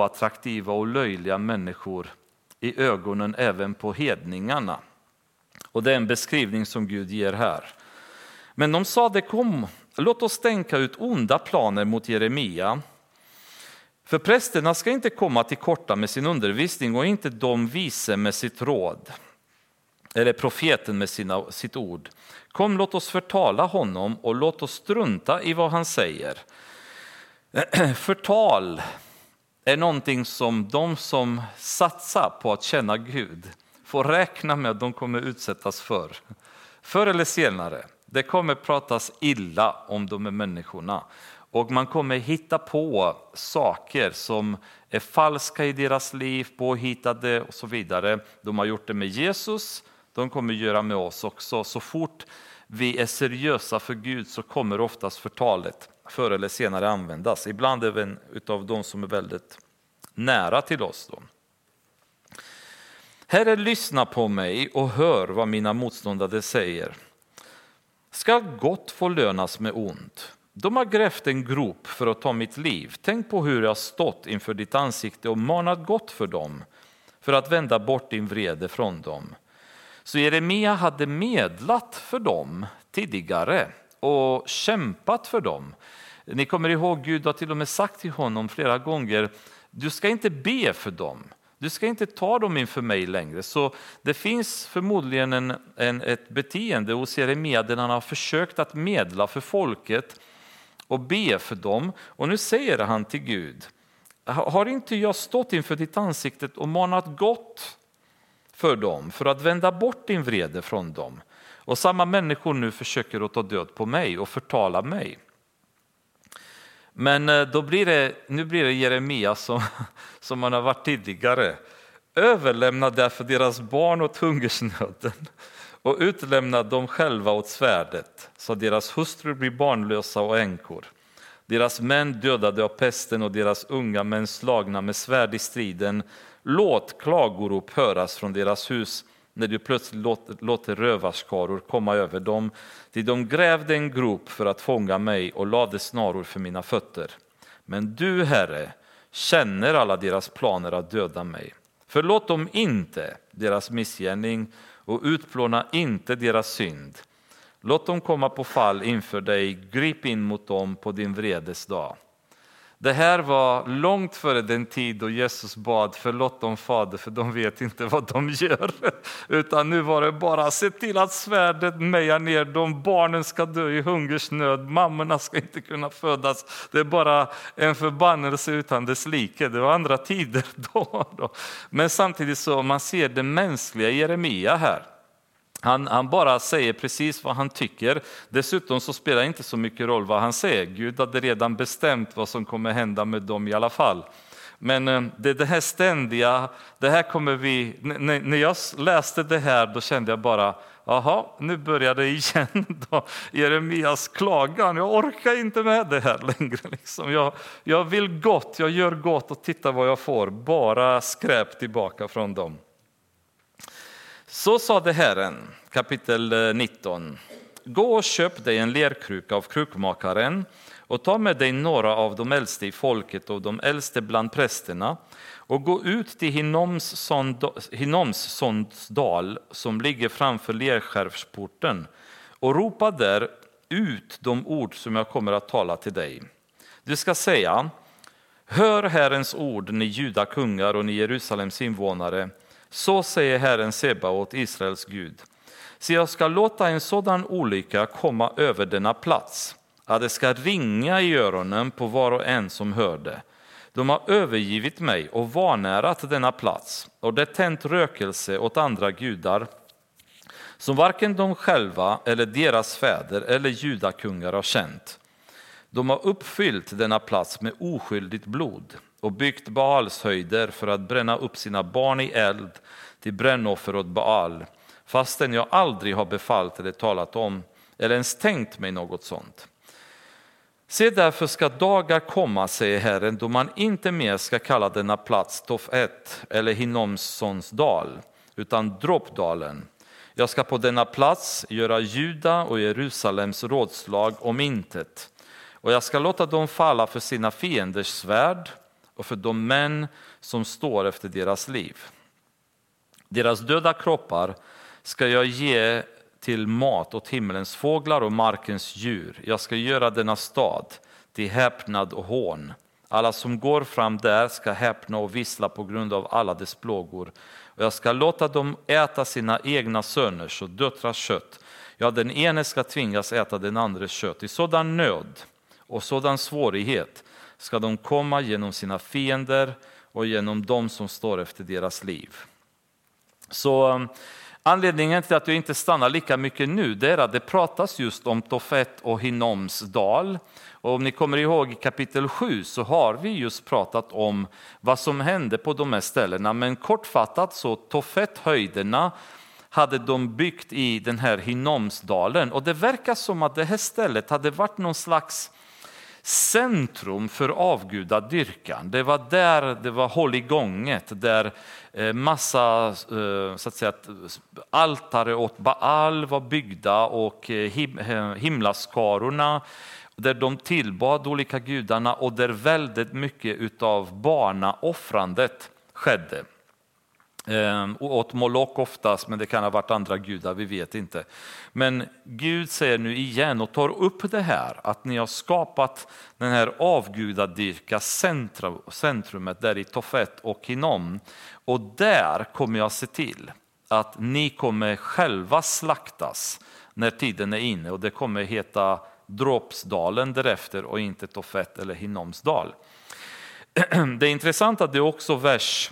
oattraktiva och löjliga människor i ögonen även på hedningarna. Och det är en beskrivning som Gud ger här. Men de sade, kom, låt oss tänka ut onda planer mot Jeremia. För prästerna ska inte komma till korta med sin undervisning och inte de vise med sitt råd. Eller profeten med sitt ord. Kom, låt oss förtala honom och låt oss strunta i vad han säger. Förtal är någonting som de som satsar på att känna Gud får räkna med att de kommer utsättas för. Förr eller senare. Det kommer pratas illa om de här människorna. Och man kommer hitta på saker som är falska i deras liv, påhittade och så vidare. De har gjort det med Jesus, de kommer göra med oss också. Så fort vi är seriösa för Gud så kommer oftast förtalet förr eller senare användas. Ibland även utav de som är väldigt nära till oss då. Herre, lyssna på mig och hör vad mina motståndare säger. Ska gott få lönas med ont? De har grävt en grop för att ta mitt liv. Tänk på hur jag stått inför ditt ansikte och manat gott för dem, för att vända bort din vrede från dem. Så Jeremia hade medlat för dem tidigare och kämpat för dem. Ni kommer ihåg, Gud har till och med sagt till honom flera gånger, du ska inte be för dem. Du ska inte ta dem inför mig längre. Så det finns förmodligen ett beteende hos Jeremia där han har försökt att medla för folket och be för dem. Och nu säger han till Gud, har inte jag stått inför ditt ansikte och manat gott för dem, för att vända bort din vrede från dem? Och samma människor nu försöker att ta död på mig och förtala mig. Men nu blir det Jeremia som man har varit tidigare. Överlämna därför deras barn åt hungersnöden och utlämna dem själva åt svärdet, så deras hustrur blir barnlösa och änkor. Deras män dödade av pesten och deras unga män slagna med svärd i striden. Låt klagorop höras från deras hus när du plötsligt låter rövarskaror komma över dem. Till de grävde en grop för att fånga mig och lade snaror för mina fötter. Men du, Herre, känner alla deras planer att döda mig. Förlåt dem inte deras missgärning och utplåna inte deras synd. Låt dem komma på fall inför dig, grip in mot dem på din vredes dag. Det här var långt före den tid då Jesus bad, förlåt dem fader för de vet inte vad de gör. Utan nu var det bara, se till att svärdet mejar ner dem, barnen ska dö i hungersnöd, mammorna ska inte kunna födas. Det är bara en förbannelse utan dess like, det var andra tider då. Men samtidigt så man ser det mänskliga Jeremia här. Han bara säger precis vad han tycker. Dessutom så spelar det inte så mycket roll vad han säger. Gud hade redan bestämt vad som kommer hända med dem i alla fall. Men det här ständiga, det här kommer vi, när jag läste det här då kände jag bara, aha, nu börjar det igen då. Jeremias klagan, jag orkar inte med det här längre. Liksom. Jag vill gott, jag gör gott och titta vad jag får. Bara skräp tillbaka från dem. Så sade Herren, kapitel 19. Gå och köp dig en lerkruka av krukmakaren och ta med dig några av de äldste i folket och de äldste bland prästerna och gå ut till Hinnoms dal som ligger framför lerskärvsporten och ropa där ut de ord som jag kommer att tala till dig. Du ska säga, hör Herrens ord, ni judakungar och ni Jerusalems invånare. Så säger Herren Sebaot, Israels Gud. Så jag ska låta en sådan olycka komma över denna plats, att det ska ringa i öronen på var och en som hör det. De har övergivit mig och vanärat denna plats, och det tänt rökelse åt andra gudar, som varken de själva eller deras fäder eller judakungar har känt. De har uppfyllt denna plats med oskyldigt blod och byggt Baals höjder för att bränna upp sina barn i eld till brännoffer åt Baal, fastän jag aldrig har befallt eller talat om eller ens tänkt mig något sånt. Se, därför ska dagar komma, säger Herren, då man inte mer ska kalla denna plats Tofet eller Hinnomsons dal, utan Droppdalen. Jag ska på denna plats göra Juda och Jerusalems rådslag om intet, och jag ska låta dem falla för sina fienders svärd och för de män som står efter deras liv. Deras döda kroppar ska jag ge till mat åt himmelens fåglar och markens djur. Jag ska göra denna stad till häpnad och hån. Alla som går fram där ska häpna och vissla på grund av alla dess plågor. Och jag ska låta dem äta sina egna söners och döttrars kött. Ja, den ene ska tvingas äta den andres kött. I sådan nöd och sådan svårighet ska de komma genom sina fiender och genom dem som står efter deras liv. Så anledningen till att jag inte stannar lika mycket nu, det är att det pratas just om Tofet och Hinnoms dal. Och om ni kommer ihåg i kapitel 7 så har vi just pratat om vad som hände på de här ställena. Men kortfattat så Tofet-höjderna hade de byggt i den här Hinnomsdalen. Och det verkar som att det här stället hade varit någon slags centrum för avgudadyrkan. Det var där det var hålligånget, där massa så att säga, altare åt Baal var byggda och himlaskarorna där de tillbad olika gudarna och där väldigt mycket utav barnaoffrandet skedde. Åt Moloch oftast, men det kan ha varit andra gudar, vi vet inte. Men Gud säger nu igen och tar upp det här, att ni har skapat den här avgudadyrka centrumet där i Tofet och Hinnom. Och där kommer jag se till att ni kommer själva slaktas när tiden är inne. Och det kommer heta Dråpsdalen därefter och inte Tofet eller Hinnomsdal. Det är intressant att det är också vers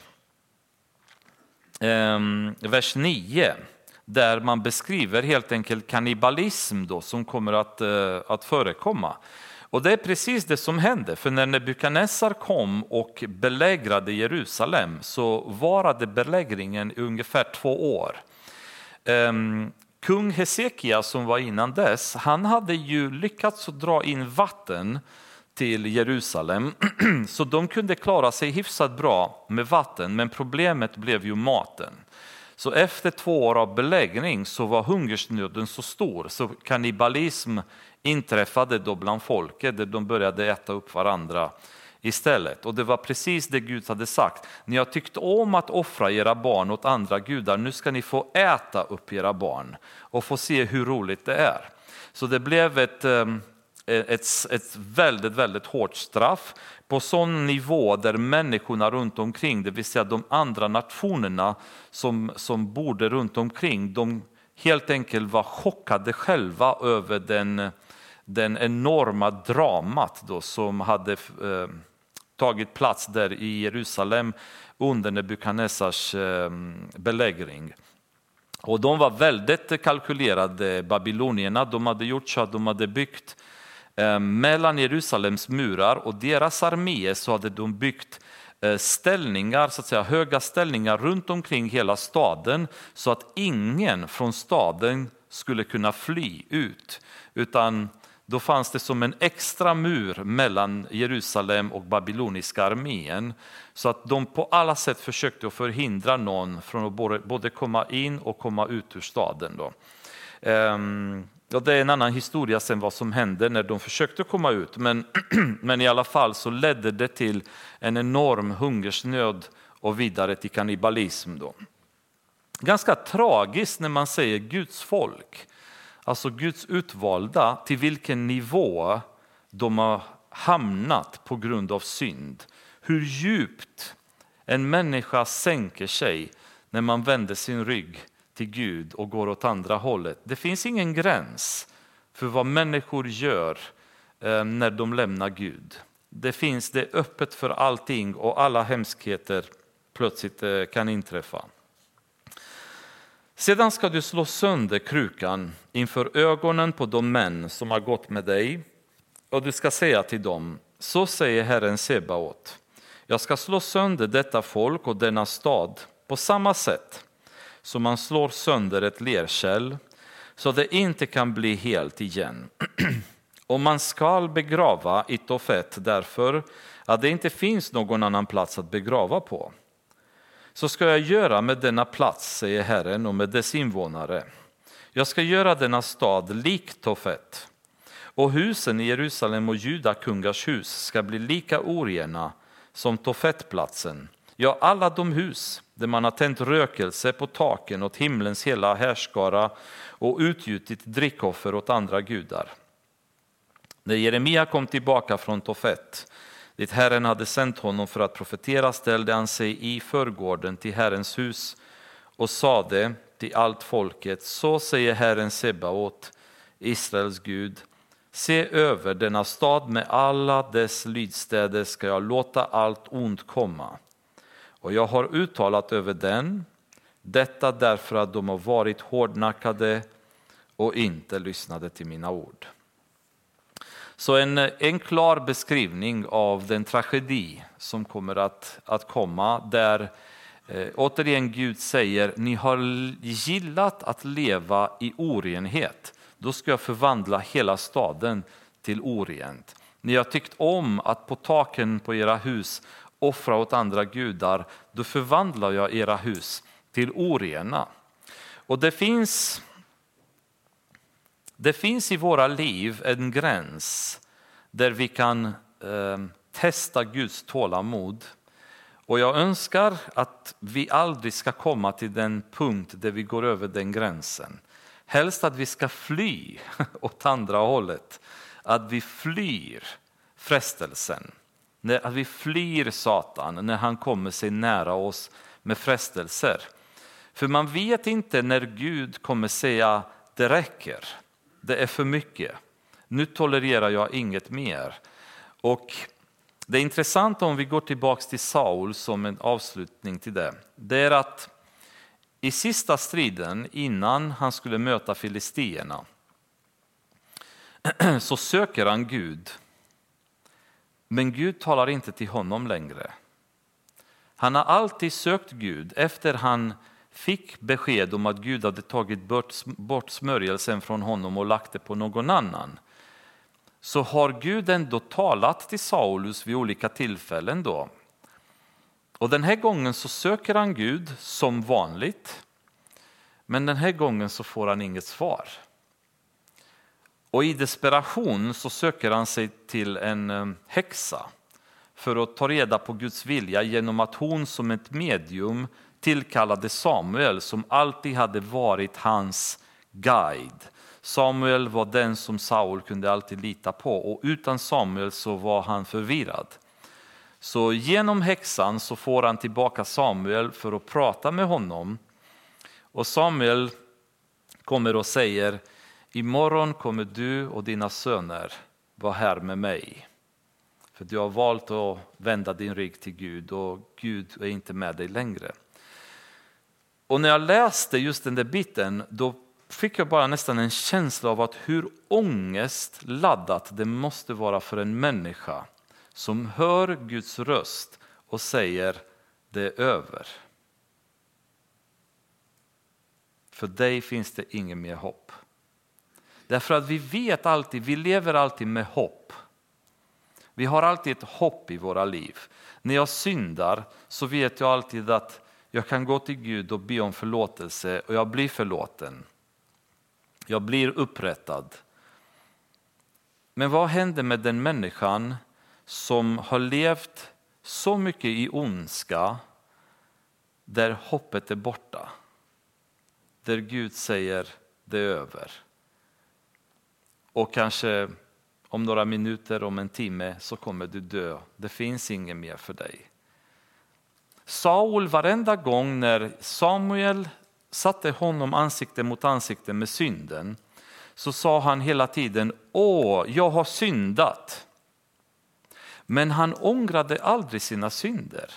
9 där man beskriver helt enkelt kannibalism då, som kommer att förekomma. Och det är precis det som hände, för när Nebukadnessar kom och belägrade Jerusalem så varade belägringen i ungefär 2 år. Kung Hesekia som var innan dess, han hade ju lyckats dra in vatten till Jerusalem så de kunde klara sig hyfsat bra med vatten, men problemet blev ju maten. Så efter 2 år av belägring så var hungersnöden så stor så kannibalism inträffade då bland folket där de började äta upp varandra istället. Och det var precis det Gud hade sagt. Ni har tyckt om att offra era barn åt andra gudar, nu ska ni få äta upp era barn och få se hur roligt det är. Så det blev ett väldigt, väldigt hårt straff på sån nivå där människorna runt omkring, det vill säga de andra nationerna som bodde runt omkring, de helt enkelt var chockade själva över den enorma dramat då som hade tagit plats där i Jerusalem under Nebukadnessars belägring. Och de var väldigt kalkylerade, babylonierna. De hade gjort så att de hade byggt mellan Jerusalems murar och deras arméer så hade de byggt ställningar, så att säga höga ställningar runt omkring hela staden så att ingen från staden skulle kunna fly ut, utan då fanns det som en extra mur mellan Jerusalem och babyloniska armén så att de på alla sätt försökte att förhindra någon från att både komma in och komma ut ur staden då. Ja, det är en annan historia sen vad som hände när de försökte komma ut. Men i alla fall så ledde det till en enorm hungersnöd och vidare till kannibalism då. Ganska tragiskt när man säger Guds folk, alltså Guds utvalda, till vilken nivå de har hamnat på grund av synd. Hur djupt en människa sänker sig när man vänder sin rygg till Gud och går åt andra hållet. Det finns ingen gräns för vad människor gör när de lämnar Gud. Det är öppet för allting och alla hemskheter plötsligt kan inträffa. Sedan ska du slå sönder krukan inför ögonen på de män som har gått med dig och du ska säga till dem, så säger Herren Sebaot, jag ska slå sönder detta folk och denna stad på samma sätt som man slår sönder ett lerkärl så det inte kan bli helt igen. Och man ska begrava i Tofet därför att det inte finns någon annan plats att begrava på. Så ska jag göra med denna plats, säger Herren, och med dess invånare. Jag ska göra denna stad lik Tofet. Och husen i Jerusalem och Juda kungars hus ska bli lika orena som Tofetplatsen. Ja, alla de hus där man har tänt rökelse på taken åt himlens hela härskara och utgjutit drickoffer åt andra gudar. När Jeremia kom tillbaka från Tofet, dit Herren hade sänt honom för att profetera, ställde han sig i förgården till Herrens hus och sade till allt folket: så säger Herren Sebaot, Israels Gud, se över denna stad med alla dess lydstäder ska jag låta allt ont komma. Och jag har uttalat över den, detta därför att de har varit hårdnackade och inte lyssnade till mina ord. Så en klar beskrivning av den tragedi som kommer att komma, där återigen Gud säger: ni har gillat att leva i orenhet, då ska jag förvandla hela staden till orent. Ni har tyckt om att på taken på era hus offra åt andra gudar, då förvandlar jag era hus till orena. Och det finns i våra liv en gräns där vi kan testa Guds tålamod. Och jag önskar att vi aldrig ska komma till den punkt där vi går över den gränsen. Helst att vi ska fly åt andra hållet. Att vi flyr frestelsen. Att vi flyr Satan när han kommer sig nära oss med frestelser. För man vet inte när Gud kommer säga: det räcker. Det är för mycket. Nu tolererar jag inget mer. Och det är intressant om vi går tillbaka till Saul som en avslutning till det. Det är att i sista striden innan han skulle möta filistierna så söker han Gud. Men Gud talar inte till honom längre. Han har alltid sökt Gud efter han fick besked om att Gud hade tagit bort smörjelsen från honom och lagt det på någon annan. Så har Gud ändå talat till Saulus vid olika tillfällen då. Och den här gången så söker han Gud som vanligt. Men den här gången så får han inget svar. Och i desperation så söker han sig till en häxa för att ta reda på Guds vilja, genom att hon som ett medium tillkallade Samuel, som alltid hade varit hans guide. Samuel var den som Saul kunde alltid lita på, och utan Samuel så var han förvirrad. Så genom häxan så får han tillbaka Samuel för att prata med honom. Och Samuel kommer och säger: imorgon kommer du och dina söner vara här med mig. För du har valt att vända din rygg till Gud, och Gud är inte med dig längre. Och när jag läste just den där biten, då fick jag bara nästan en känsla av att hur ångestladdat det måste vara för en människa som hör Guds röst och säger: det är över. För dig finns det inget mer hopp. Därför att vi vet alltid, vi lever alltid med hopp. Vi har alltid ett hopp i våra liv. När jag syndar så vet jag alltid att jag kan gå till Gud och be om förlåtelse, och jag blir förlåten. Jag blir upprättad. Men vad händer med den människan som har levt så mycket i ondska, där hoppet är borta? Där Gud säger: det är över. Och kanske om några minuter, om en timme, så kommer du dö. Det finns inget mer för dig. Saul, varenda gång när Samuel satte honom ansikte mot ansikte med synden, så sa han hela tiden: jag har syndat. Men han ångrade aldrig sina synder.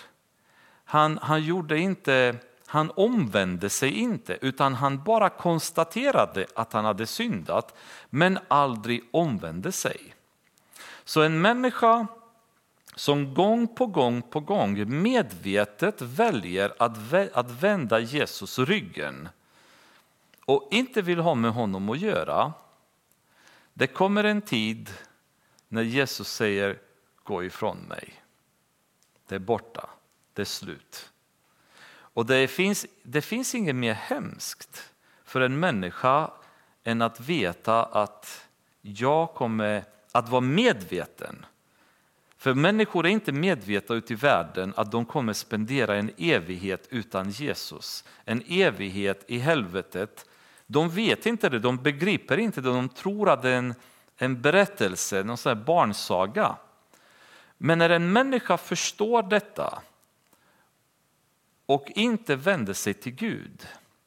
Han omvände sig inte, utan han bara konstaterade att han hade syndat, men aldrig omvände sig. Så en människa som gång på gång medvetet väljer att vända Jesus ryggen och inte vill ha med honom att göra, det kommer en tid när Jesus säger: gå ifrån mig. Det är borta, det är slut. Och det finns inget mer hemskt för en människa än att veta att jag kommer att vara medveten. För människor är inte medvetna ut i världen att de kommer spendera en evighet utan Jesus. En evighet i helvetet. De vet inte det, de begriper inte det, de tror att det är en berättelse, någon sån här barnsaga. Men när en människa förstår detta och inte vänder sig till Gud,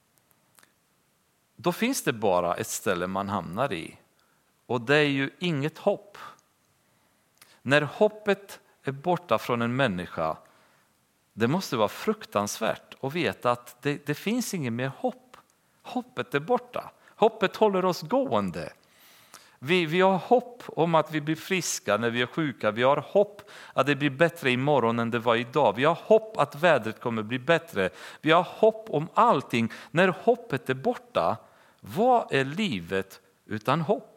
då finns det bara ett ställe man hamnar i. Och det är ju inget hopp. När hoppet är borta från en människa, det måste vara fruktansvärt att veta att det finns inget mer hopp. Hoppet är borta. Hoppet håller oss gående. Vi har hopp om att vi blir friska när vi är sjuka. Vi har hopp att det blir bättre imorgon än det var idag. Vi har hopp att vädret kommer bli bättre. Vi har hopp om allting. När hoppet är borta, vad är livet utan hopp?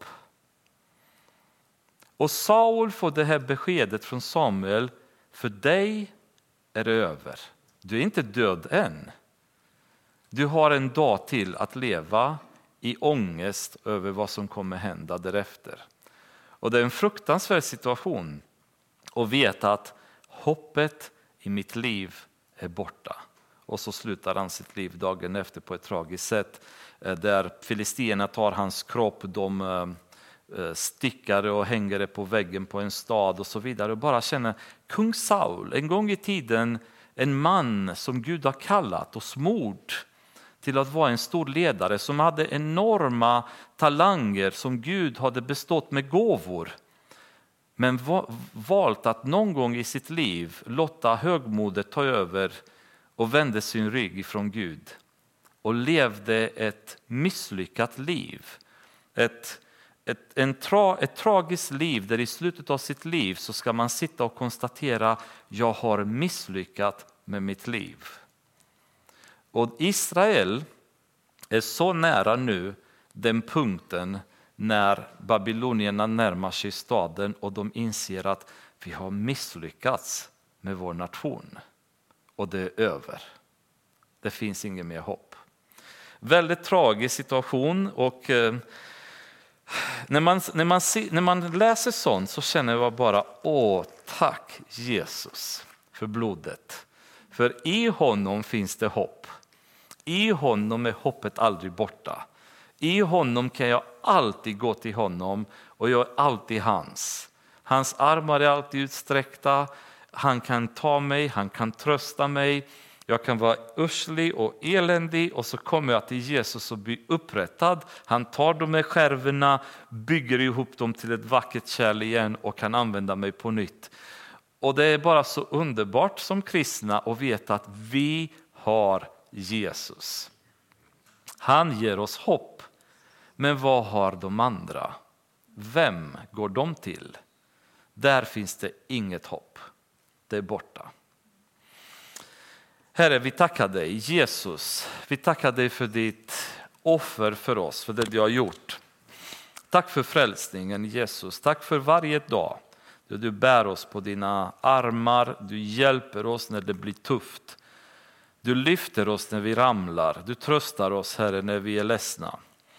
Och Saul får det här beskedet från Samuel: för dig är det över. Du är inte död än. Du har en dag till att leva i ångest över vad som kommer hända därefter. Och det är en fruktansvärd situation att veta att hoppet i mitt liv är borta. Och så slutar han sitt liv dagen efter på ett tragiskt sätt, där filisterna tar hans kropp, de stickare och hänger det på väggen på en stad och så vidare. Och bara känner, kung Saul, en gång i tiden en man som Gud har kallat och smort till att vara en stor ledare, som hade enorma talanger, som Gud hade bestått med gåvor, men valt att någon gång i sitt liv låta högmodet ta över och vände sin rygg ifrån Gud och levde ett misslyckat liv. Ett tragiskt liv där i slutet av sitt liv så ska man sitta och konstatera: jag har misslyckat med mitt liv. Och Israel är så nära nu den punkten när babylonierna närmar sig staden och de inser att vi har misslyckats med vår nation och det är över. Det finns inget mer hopp. Väldigt tragisk situation, och när man läser sånt så känner jag bara: tack Jesus för blodet. För i honom finns det hopp. I honom är hoppet aldrig borta. I honom kan jag alltid gå till honom och jag är alltid hans. Hans armar är alltid utsträckta. Han kan ta mig, han kan trösta mig. Jag kan vara urslig och eländig och så kommer jag till Jesus och blir upprättad. Han tar de här skärvorna, bygger ihop dem till ett vackert kärl igen och kan använda mig på nytt. Och det är bara så underbart som kristna att veta att vi har Jesus. Han ger oss hopp. Men vad har de andra? Vem går de till? Där finns det inget hopp. Det är borta. Herre, vi tackar dig, Jesus. Vi tackar dig för ditt offer för oss, för det du har gjort. Tack för frälsningen, Jesus. Tack för varje dag då du bär oss på dina armar. Du hjälper oss när det blir tufft. Du lyfter oss när vi ramlar. Du tröstar oss, Herre, när vi är ledsna.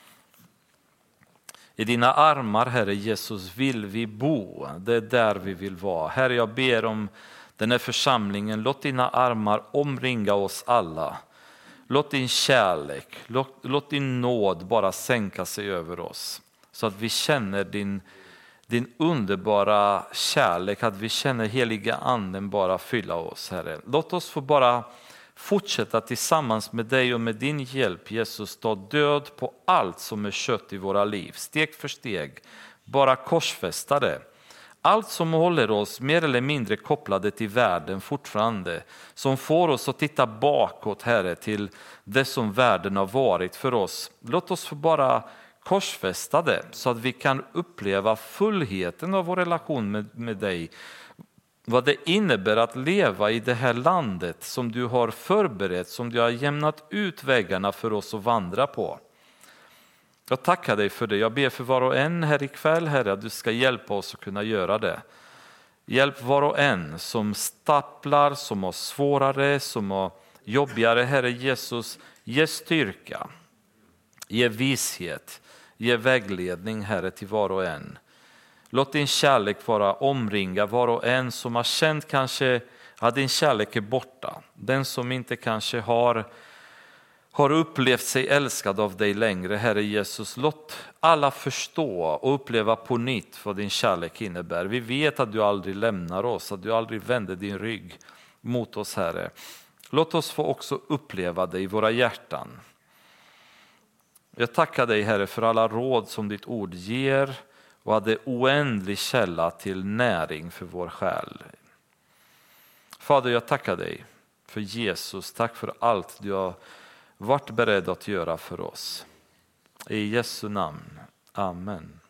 I dina armar, Herre Jesus, vill vi bo. Det är där vi vill vara. Herre, jag ber om den här församlingen. Låt dina armar omringa oss alla. Låt din kärlek, låt din nåd bara sänka sig över oss. Så att vi känner din underbara kärlek. Att vi känner heliga anden bara fylla oss, Herre. Låt oss få bara fortsätta tillsammans med dig och med din hjälp, Jesus, ta död på allt som är kött i våra liv. Steg för steg, bara korsfästa det. Allt som håller oss mer eller mindre kopplade till världen fortfarande. Som får oss att titta bakåt, Herre, till det som världen har varit för oss. Låt oss få bara korsfästa det så att vi kan uppleva fullheten av vår relation med dig. Vad det innebär att leva i det här landet som du har förberett, som du har jämnat ut vägarna för oss att vandra på. Jag tackar dig för det. Jag ber för var och en här ikväll, Herre, att du ska hjälpa oss att kunna göra det. Hjälp var och en som stapplar, som har svårare, som har jobbigare. Herre Jesus, ge styrka, ge vishet, ge vägledning, Herre, till var och en. Låt din kärlek vara omringa var och en som har känt kanske att din kärlek är borta. Den som inte kanske har upplevt sig älskad av dig längre, Herre Jesus. Låt alla förstå och uppleva på nytt vad din kärlek innebär. Vi vet att du aldrig lämnar oss, att du aldrig vänder din rygg mot oss, Herre. Låt oss få också uppleva dig i våra hjärtan. Jag tackar dig, Herre, för alla råd som ditt ord ger och att det är oändlig källa till näring för vår själ. Fader, jag tackar dig för Jesus. Tack för allt du har varit beredd att göra för oss. I Jesu namn. Amen.